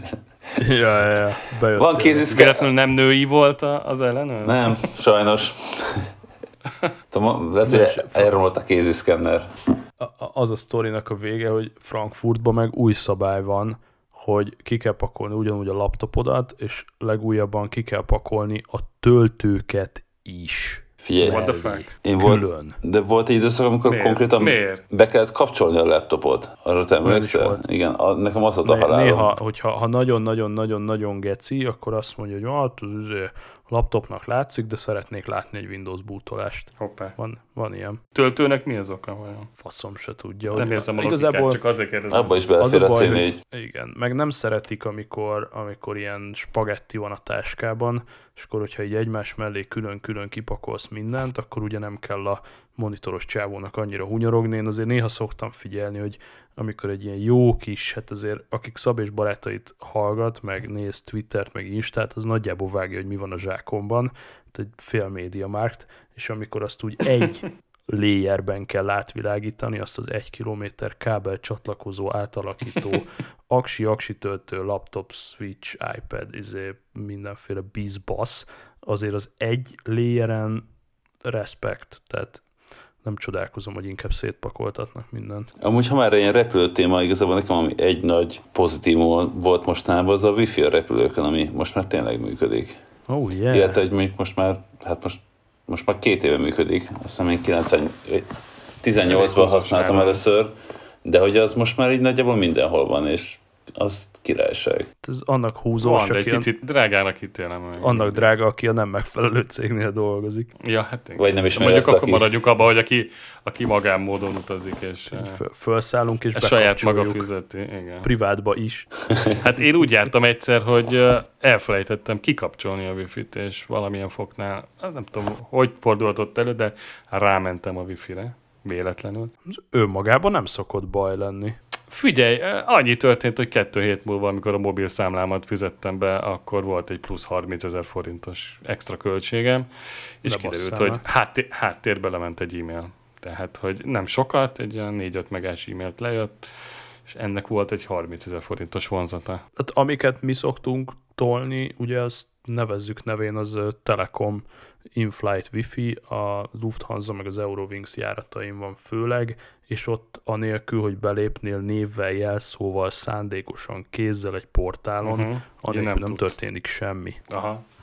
[SPEAKER 1] Ja.
[SPEAKER 2] Van kéziszkenner.
[SPEAKER 3] Véletlenül nem női volt az ellenőr?
[SPEAKER 2] Nem, sajnos. Tudom, lehet, hogy elromlott a kéziszkenner.
[SPEAKER 1] Az a sztorinak a vége, hogy Frankfurtban meg új szabály van, hogy ki kell pakolni ugyanúgy a laptopodat, és legújabban ki kell pakolni a töltőket is.
[SPEAKER 2] Figyelj,
[SPEAKER 3] what the fuck?
[SPEAKER 1] Külön.
[SPEAKER 2] De volt egy időszak, amikor konkrétan be kellett kapcsolni a laptopot. Arra te emlékszel? Igen, nekem az volt a halálom.
[SPEAKER 1] Néha, hogyha nagyon-nagyon-nagyon-nagyon geci, akkor azt mondja, hogy hát az laptopnak látszik, de szeretnék látni egy Windows bootolást.
[SPEAKER 3] Hoppá.
[SPEAKER 1] Van ilyen.
[SPEAKER 3] Töltőnek mi az oka vajon?
[SPEAKER 1] Faszom se tudja.
[SPEAKER 3] Nem érzem a logikát, csak azért kérdezem.
[SPEAKER 2] Abba is belefér a C4.
[SPEAKER 1] Igen, meg nem szeretik, amikor ilyen spagetti van a táskában, és akkor, hogyha így egymás mellé külön-külön kipakolsz mindent, akkor ugye nem kell a monitoros csávónak annyira hunyorogni. Én azért néha szoktam figyelni, hogy amikor egy ilyen jó kis, hát azért akik Szab és barátait hallgat, meg néz Twittert, meg Instát, az nagyjából vágja, hogy mi van a zsákomban, egy fél MediaMarkt, és amikor azt úgy egy layerben kell átvilágítani, azt az 1 kilométer kábel csatlakozó, átalakító, aksi töltő, laptop, switch, iPad, mindenféle bizbasz, azért az egy layeren respect, tehát nem csodálkozom, hogy inkább szétpakoltatnak mindent.
[SPEAKER 2] Amúgy, ha már ilyen repülő téma, igazából nekem ami egy nagy pozitívum volt mostanában, az a Wi-Fi a repülőkön, ami most már tényleg működik.
[SPEAKER 1] Oh, yeah.
[SPEAKER 2] Illetve, hogy mondjuk most már 2 éve működik, azt hiszem én 18-ban használtam először, de hogy az most már így nagyjából mindenhol van, és az királyság.
[SPEAKER 1] Ez annak húzós,
[SPEAKER 3] van, de egy picit drágának ítélem.
[SPEAKER 1] Annak drága, aki a nem megfelelő cégnél dolgozik.
[SPEAKER 3] Ja, hát igen.
[SPEAKER 2] Vagy nem is
[SPEAKER 3] mondjuk akkor maradjuk abba, hogy aki magánmódon utazik, és
[SPEAKER 1] felszállunk és bekapcsoljuk.
[SPEAKER 3] Saját maga fizeti. Igen.
[SPEAKER 1] Privátba is.
[SPEAKER 3] Hát én úgy jártam egyszer, hogy elfelejtettem kikapcsolni a wifi-t, és valamilyen foknál, nem tudom, hogy fordulhatott elő, de rámentem a wifi-re, véletlenül.
[SPEAKER 1] Önmagában nem szokott baj lenni.
[SPEAKER 3] Figyelj, annyi történt, hogy 2 hét múlva, amikor a mobil számlámat fizettem be, akkor volt egy plusz 30 000 forintos extra költségem, és kiderült, hogy háttérbe lement egy e-mail. Tehát, hogy nem sokat, egy 4-5 megás e-mailt lejött, és ennek volt egy 30 000 forintos vonzata.
[SPEAKER 1] Hát, amiket mi szoktunk tolni, ugye azt nevezzük nevén, az Telekom in-flight Wi-Fi, a Lufthansa meg az Eurowings járatain van főleg, és ott anélkül, hogy belépnél névvel, jelszóval, szándékosan kézzel egy portálon, anélkül nem történik semmi.
[SPEAKER 3] Aha.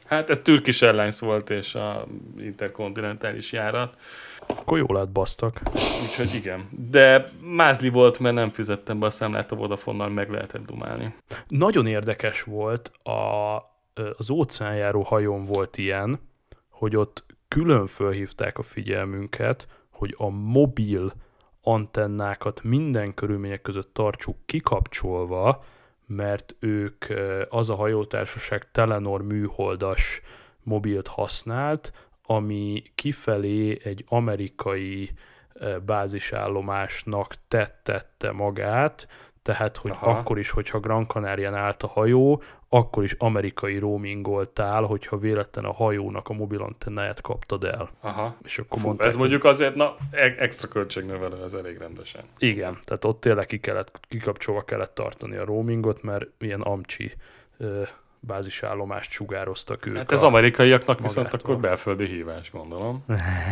[SPEAKER 3] Hát ez Turkish Airlines volt, és a interkontinentális járat.
[SPEAKER 1] Akkor jól átbasztak.
[SPEAKER 3] Úgyhogy igen. De mázli volt, mert nem fizettem be a számlát, a Vodafonnal meg lehetett dumálni.
[SPEAKER 1] Nagyon érdekes volt, az óceánjáró hajón volt ilyen, hogy ott külön fölhívták a figyelmünket, hogy a mobil antennákat minden körülmények között tartsuk kikapcsolva, mert ők, az a hajótársaság Telenor műholdas mobilt használt, ami kifelé egy amerikai bázisállomásnak tette magát, tehát, hogy akkor is, hogyha Gran Canarián állt a hajó, akkor is amerikai roamingoltál, hogyha véletlen a hajónak a mobilantennáját kaptad el.
[SPEAKER 3] Aha.
[SPEAKER 1] És akkor mondták,
[SPEAKER 3] ez mondjuk azért, extra költségnövelő, ez elég rendesen.
[SPEAKER 1] Igen, tehát ott tényleg kikapcsolva kellett tartani a roamingot, mert ilyen amcsi bázisállomást sugároztak ők.
[SPEAKER 3] Hát ez amerikaiaknak viszont akkor belföldi hívás, gondolom.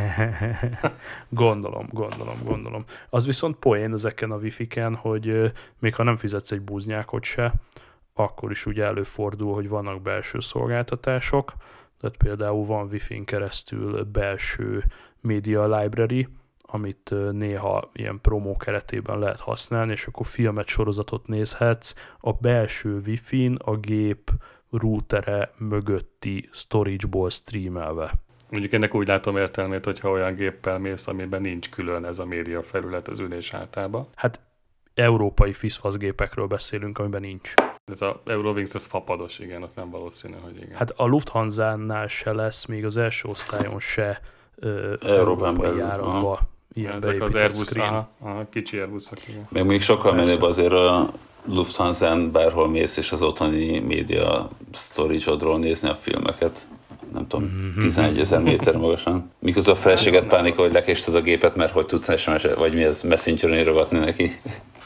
[SPEAKER 1] Gondolom. Az viszont poén ezeken a wifi-ken, hogy még ha nem fizetsz egy búznyákot se, akkor is ugye előfordul, hogy vannak belső szolgáltatások, tehát például van wifi-n keresztül belső media library, amit néha ilyen promó keretében lehet használni, és akkor filmet, sorozatot nézhetsz a belső wifi-n a gép routere mögötti storage-ból streamelve.
[SPEAKER 3] Mondjuk ennek úgy látom értelmét, hogyha olyan géppel mész, amiben nincs külön ez a média felület az ülés hátában.
[SPEAKER 1] Hát európai fiszfaszgépekről beszélünk, amiben nincs.
[SPEAKER 3] Ez a Eurowings, ez fapados, igen, ott nem valószínű, hogy igen.
[SPEAKER 1] Hát a Lufthansa-nál se lesz, még az első osztályon se
[SPEAKER 2] európai
[SPEAKER 1] járatba ilyen
[SPEAKER 3] ezek az
[SPEAKER 1] beépített
[SPEAKER 3] Airbus,
[SPEAKER 2] screen.
[SPEAKER 3] kicsi Airbusok, igen.
[SPEAKER 2] Meg még sokkal menőbb azért a Lufthansa-n bárhol mész, és az otthoni média storage-odról nézni a filmeket. Nem tudom, 11 000 méter magasan. Miközben a feleséget pánikol, hogy lekésted a gépet, mert hogy tudsz SMS, vagy mi ez, Messengeren írogatni neki.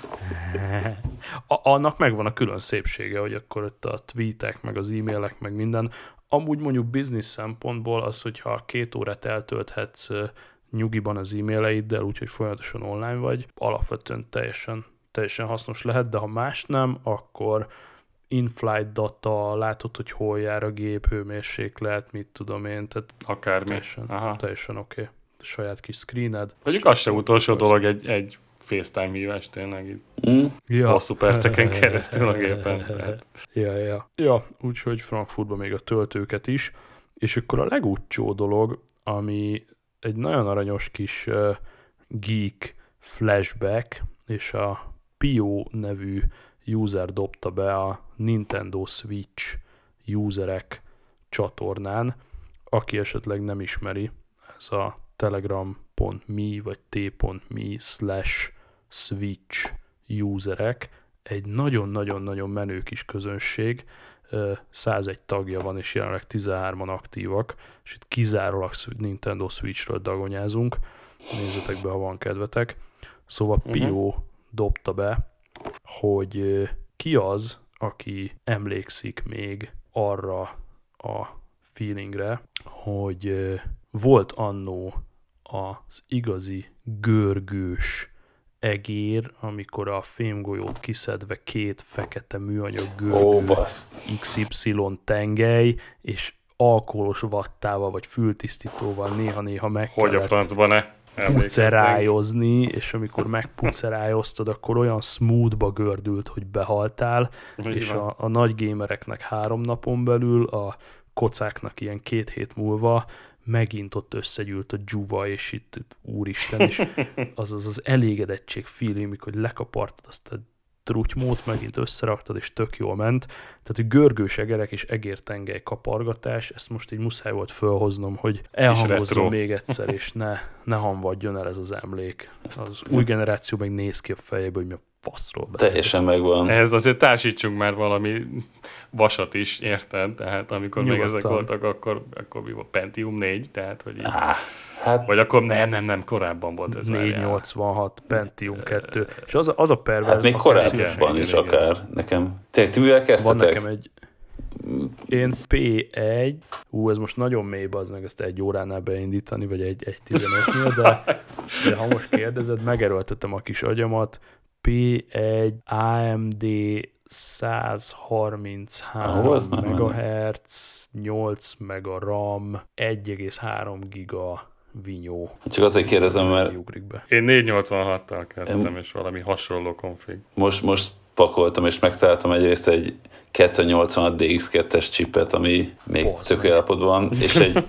[SPEAKER 1] Annak megvan a külön szépsége, hogy akkor ott a tweetek, meg az e-mailek, meg minden. Amúgy mondjuk biznisz szempontból az, hogyha 2 órát eltölthetsz nyugiban az e-maileiddel, úgyhogy folyamatosan online vagy, alapvetően teljesen hasznos lehet, de ha más nem, akkor in-flight data, látod, hogy hol jár a gép, hőmérséklet, mit tudom én, tehát
[SPEAKER 3] akármi.
[SPEAKER 1] Teljesen oké. Saját kis screened.
[SPEAKER 3] Mondjuk az sem utolsó dolog egy FaceTime hívás tényleg itt. Hosszú perceken keresztül a gépen.
[SPEAKER 1] Ja, úgyhogy Frankfurtban még a töltőket is. És akkor a legúcsó dolog, ami egy nagyon aranyos kis geek flashback, és a Pio nevű user dobta be a Nintendo Switch userek csatornán. Aki esetleg nem ismeri, ez a telegram.me vagy t.me/switch userek, egy nagyon-nagyon-nagyon menő kis közönség, 101 tagja van, és jelenleg 13-an aktívak, és itt kizárólag Nintendo Switchről dagonyázunk. Nézzetek be, ha van kedvetek. Szóval Pio dobta be, hogy ki az, aki emlékszik még arra a feelingre, hogy volt annó az igazi görgős egér, amikor a fémgolyót kiszedve 2 fekete műanyag görgő XY tengely, és alkoholos vattával vagy fültisztítóval néha-néha meg
[SPEAKER 3] hogy a francban
[SPEAKER 1] pucerájozni, és amikor megpucerájoztad, akkor olyan smoothba gördült, hogy behaltál, és a nagy gamereknek 3 napon belül, a kocáknak ilyen 2 hét múlva megint ott összegyűlt a dzsuva, és itt úristen, és az elégedettség feeling, mikor lekapartad azt a trutymót, megint összeraktad, és tök jól ment. Tehát, hogy görgős egerek és egértengely kapargatás, ezt most így muszáj volt fölhoznom, hogy elhangozzon még egyszer, és ne hanvadjon el ez az emlék. Az új generáció meg néz ki a fejébe, hogy mi a faszról beszél.
[SPEAKER 2] Teljesen megvan.
[SPEAKER 3] Ehhez azért társítsunk már valami vasat is, érted? Tehát amikor nyugodtan. Még ezek voltak, akkor mi volt? Pentium 4, tehát hogy így...
[SPEAKER 2] Hát,
[SPEAKER 3] vagy akkor nem, korábban volt ez
[SPEAKER 1] 486, Pentium 2, és az a perverz...
[SPEAKER 2] Hát még korábban is akár, nekem. Ti mivel kezdtetek?
[SPEAKER 1] Van nekem egy... Én P1, ez most nagyon mély, bazd meg ezt 1 óránál beindítani, vagy 1.15-nél, de ha most kérdezed, megerőltetem a kis agyamat, P1 AMD 133 MHz, 8 mega RAM, 1,3 giga vinyó.
[SPEAKER 2] Csak azért kérdezem, mert
[SPEAKER 3] én 486-tal kezdtem, és valami hasonló konfig.
[SPEAKER 2] Most pakoltam, és megtaláltam egyrészt egy 286 DX2-es chipet, ami még tök állapotban, és egy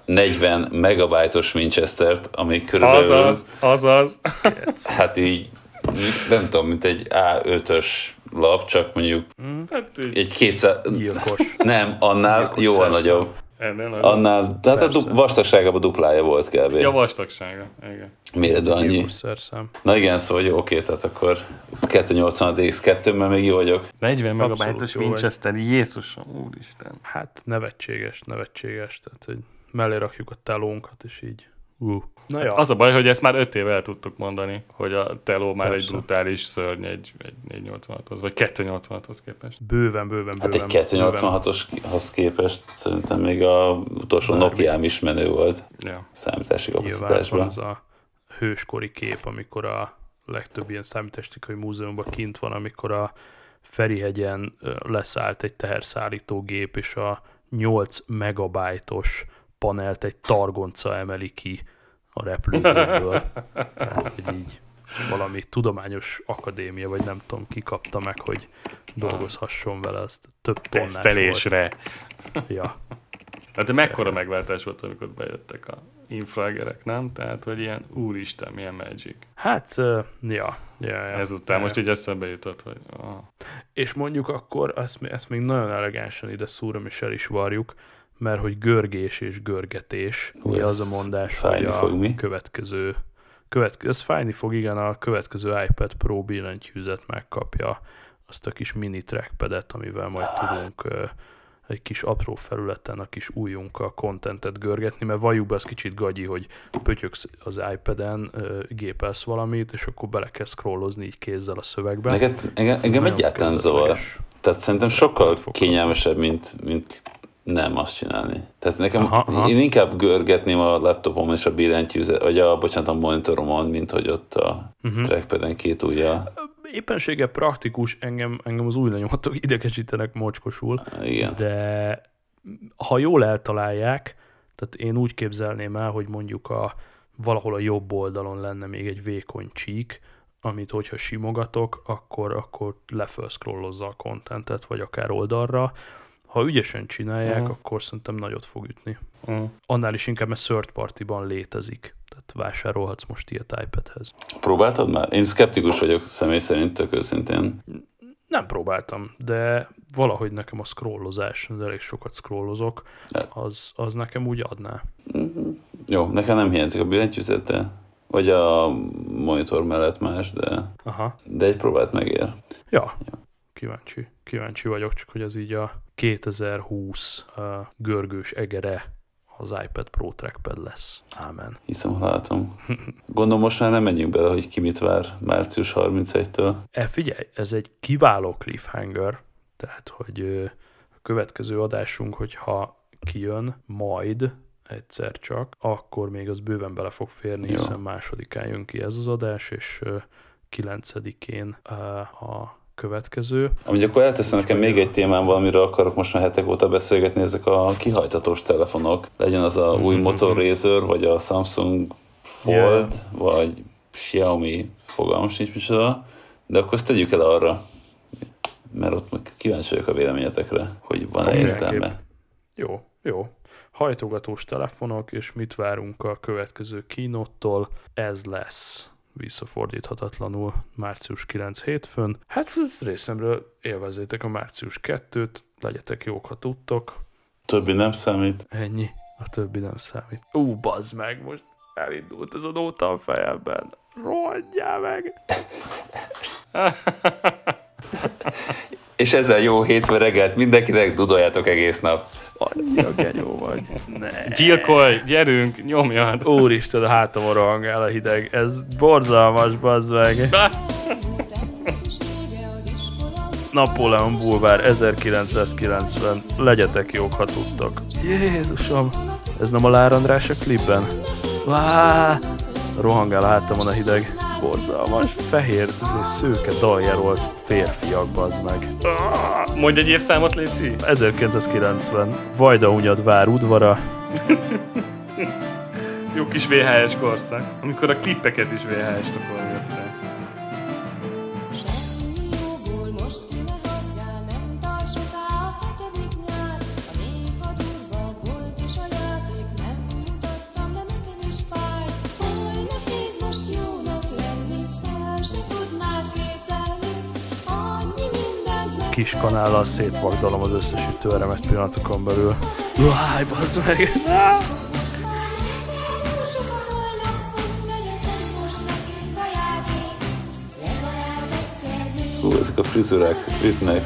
[SPEAKER 2] 40 megabajtos Winchester-t, ami körülbelül...
[SPEAKER 3] Azaz.
[SPEAKER 2] Hát így, nem tudom, mint egy A5-ös lap, csak mondjuk egy 200...
[SPEAKER 1] Gyilkos.
[SPEAKER 2] Nem, annál jóval nagyobb. Annál, tehát a vastagságában duplája volt kb.
[SPEAKER 3] Ja, vastagsága, igen.
[SPEAKER 2] Méretben annyi. Na igen, szóval jó, oké, tehát akkor 280 DX2-ben még jó vagyok.
[SPEAKER 3] 40 megabajtos Winchester, Jézusom, úristen.
[SPEAKER 1] Hát nevetséges, tehát hogy mellé rakjuk a telónkat, és így. Na ja.
[SPEAKER 3] Az a baj, hogy ezt már 5 éve el tudtuk mondani, hogy a teló már egy brutális szörny egy 486-hoz, vagy 286-hoz képest.
[SPEAKER 1] Bőven.
[SPEAKER 2] Hát egy 286-oshoz képest szerintem még a utolsó Nokiám is menő volt.
[SPEAKER 3] Ja.
[SPEAKER 2] Számítási kapacitásban.
[SPEAKER 1] Nyilván az a hőskori kép, amikor a legtöbb ilyen számítástechnikai múzeumban kint van, amikor a Ferihegyen leszállt egy teherszállítógép, és a 8 megabajtos panelt egy targonca emeli ki a repülőgépből. Tehát, hogy így valami tudományos akadémia, vagy nem tudom, ki kapta meg, hogy dolgozhasson vele, azt több tonnás
[SPEAKER 3] tesztelésre.
[SPEAKER 1] volt. Ja.
[SPEAKER 3] Hát de mekkora megváltás volt, amikor bejöttek a infragerek, nem? Tehát, hogy ilyen, úristen, milyen magic.
[SPEAKER 1] Hát, ja.
[SPEAKER 3] Ezután most így eszembe jutott, hogy...
[SPEAKER 1] És mondjuk akkor, ezt még nagyon elegánsan ide szúrom, és el is varjuk, mert hogy görgés és görgetés, ugye az a mondás, hogy a következő, ez fájni fog, igen, a következő iPad Pro billentyűzet megkapja azt a kis mini trackpadet, amivel majd tudunk egy kis apró felületen a kis ujjunkkal contentet görgetni, mert valljuk be, az kicsit gagyi, hogy pötyöksz az iPad-en, gépelsz valamit, és akkor bele kell scrollozni így kézzel a szövegbe.
[SPEAKER 2] Engem egyáltalán zavar. Tehát szerintem sokkal kényelmesebb, mint nem azt csinálni. Tehát nekem, én inkább görgetném a laptopom és a billentyűzet, vagy a monitoromon, mint hogy ott a trackpaden két ujjal.
[SPEAKER 1] Éppensége praktikus, engem az új lenyomatok idegesítenek mocskosul,
[SPEAKER 2] igen.
[SPEAKER 1] De ha jól eltalálják, tehát én úgy képzelném el, hogy mondjuk valahol a jobb oldalon lenne még egy vékony csík, amit hogyha simogatok, akkor lefölszkrollozza a contentet, vagy akár oldalra. Ha ügyesen csinálják, akkor szerintem nagyot fog ütni. Annál is inkább, mert third party-ban létezik. Tehát vásárolhatsz most ilyet iPadhez.
[SPEAKER 2] Próbáltad már? Én szkeptikus vagyok személy szerint, tök őszintén.
[SPEAKER 1] Nem próbáltam, de valahogy nekem a scrollozás, elég sokat scrollozok, az nekem úgy adná.
[SPEAKER 2] Jó, nekem nem hiányzik a billentyűzet, vagy a monitor mellett más, de egy próbát megér.
[SPEAKER 1] Ja. Kíváncsi vagyok, csak hogy az így a 2020 görgős egere az iPad Pro trackpad lesz. Ámen.
[SPEAKER 2] Hiszem, látom. Gondolom most már nem menjünk bele, hogy ki mit vár március 31-től.
[SPEAKER 1] Figyelj, ez egy kiváló cliffhanger, tehát hogy a következő adásunk, hogyha kijön majd egyszer csak, akkor még az bőven bele fog férni, hiszen 2-án jön ki ez az adás, és 9-én a következő.
[SPEAKER 2] Amúgy akkor elteszem nekem még egy témám, valamiről akarok most már hetek óta beszélgetni, ezek a kihajtatós telefonok. Legyen az a új Motor Razr, vagy a Samsung Fold, vagy Xiaomi, fogalmam sincs micsoda, de akkor ezt tegyük el arra, mert ott kíváncsi vagyok a véleményetekre, hogy van-e értelme.
[SPEAKER 1] Jó. Hajtogatós telefonok, és mit várunk a következő keynote-tól? Ez lesz visszafordíthatatlanul március 9 hétfőn. Hát részemről élvezzétek a március 2-t, legyetek jók, ha tudtok.
[SPEAKER 2] Többi nem számít.
[SPEAKER 1] Ennyi, a többi nem számít. Bazd meg, most elindult ez a nóta a fejemben. Rohadjál meg!
[SPEAKER 2] És ezzel jó hétfő reggelt mindenkinek, dudoljátok egész nap.
[SPEAKER 1] Annyira genyó vagy.
[SPEAKER 3] Gyilkolj, gyerünk, nyomjad.
[SPEAKER 1] Úristen, a hátamon rohangál a hideg. Ez borzalmas, bazd meg. Napóleon Bulvár 1990. Legyetek jók, ha tudtok. Jézusom! Ez nem a Lár András a klipben? Rohangál a hátamon a hideg. Borzalmas. Fehér, szőke daljerolt férfiak, bazd meg.
[SPEAKER 3] Mondj egy évszámot, Léci.
[SPEAKER 1] 1990. Vajdahunyadvár udvara.
[SPEAKER 3] Jó kis VHS korszak, amikor a klippeket is VHS-ra forgatták.
[SPEAKER 1] Kis kanállal szétvagdalom az összes ütőeremet pillanatokon belül. Jaj, bazd meg!
[SPEAKER 2] Hú, ezek a frizurák ütnek.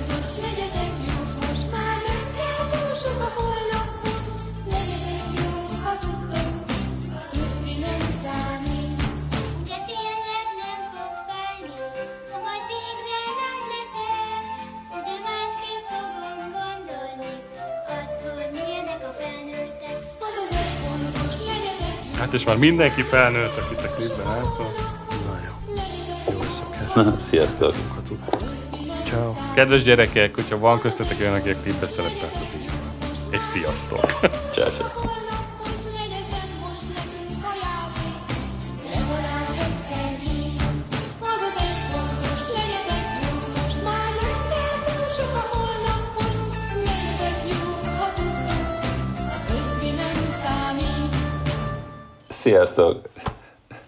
[SPEAKER 3] Hát és már mindenki felnőtt, akit a klipben látom.
[SPEAKER 1] Na jó. Jó éjszakát.
[SPEAKER 2] Sziasztok!
[SPEAKER 1] Ciao.
[SPEAKER 3] Kedves gyerekek, hogyha van köztetek olyan, aki a klipbe szerepeltetik. És sziasztok!
[SPEAKER 2] Ciao, ciao. Sziasztok!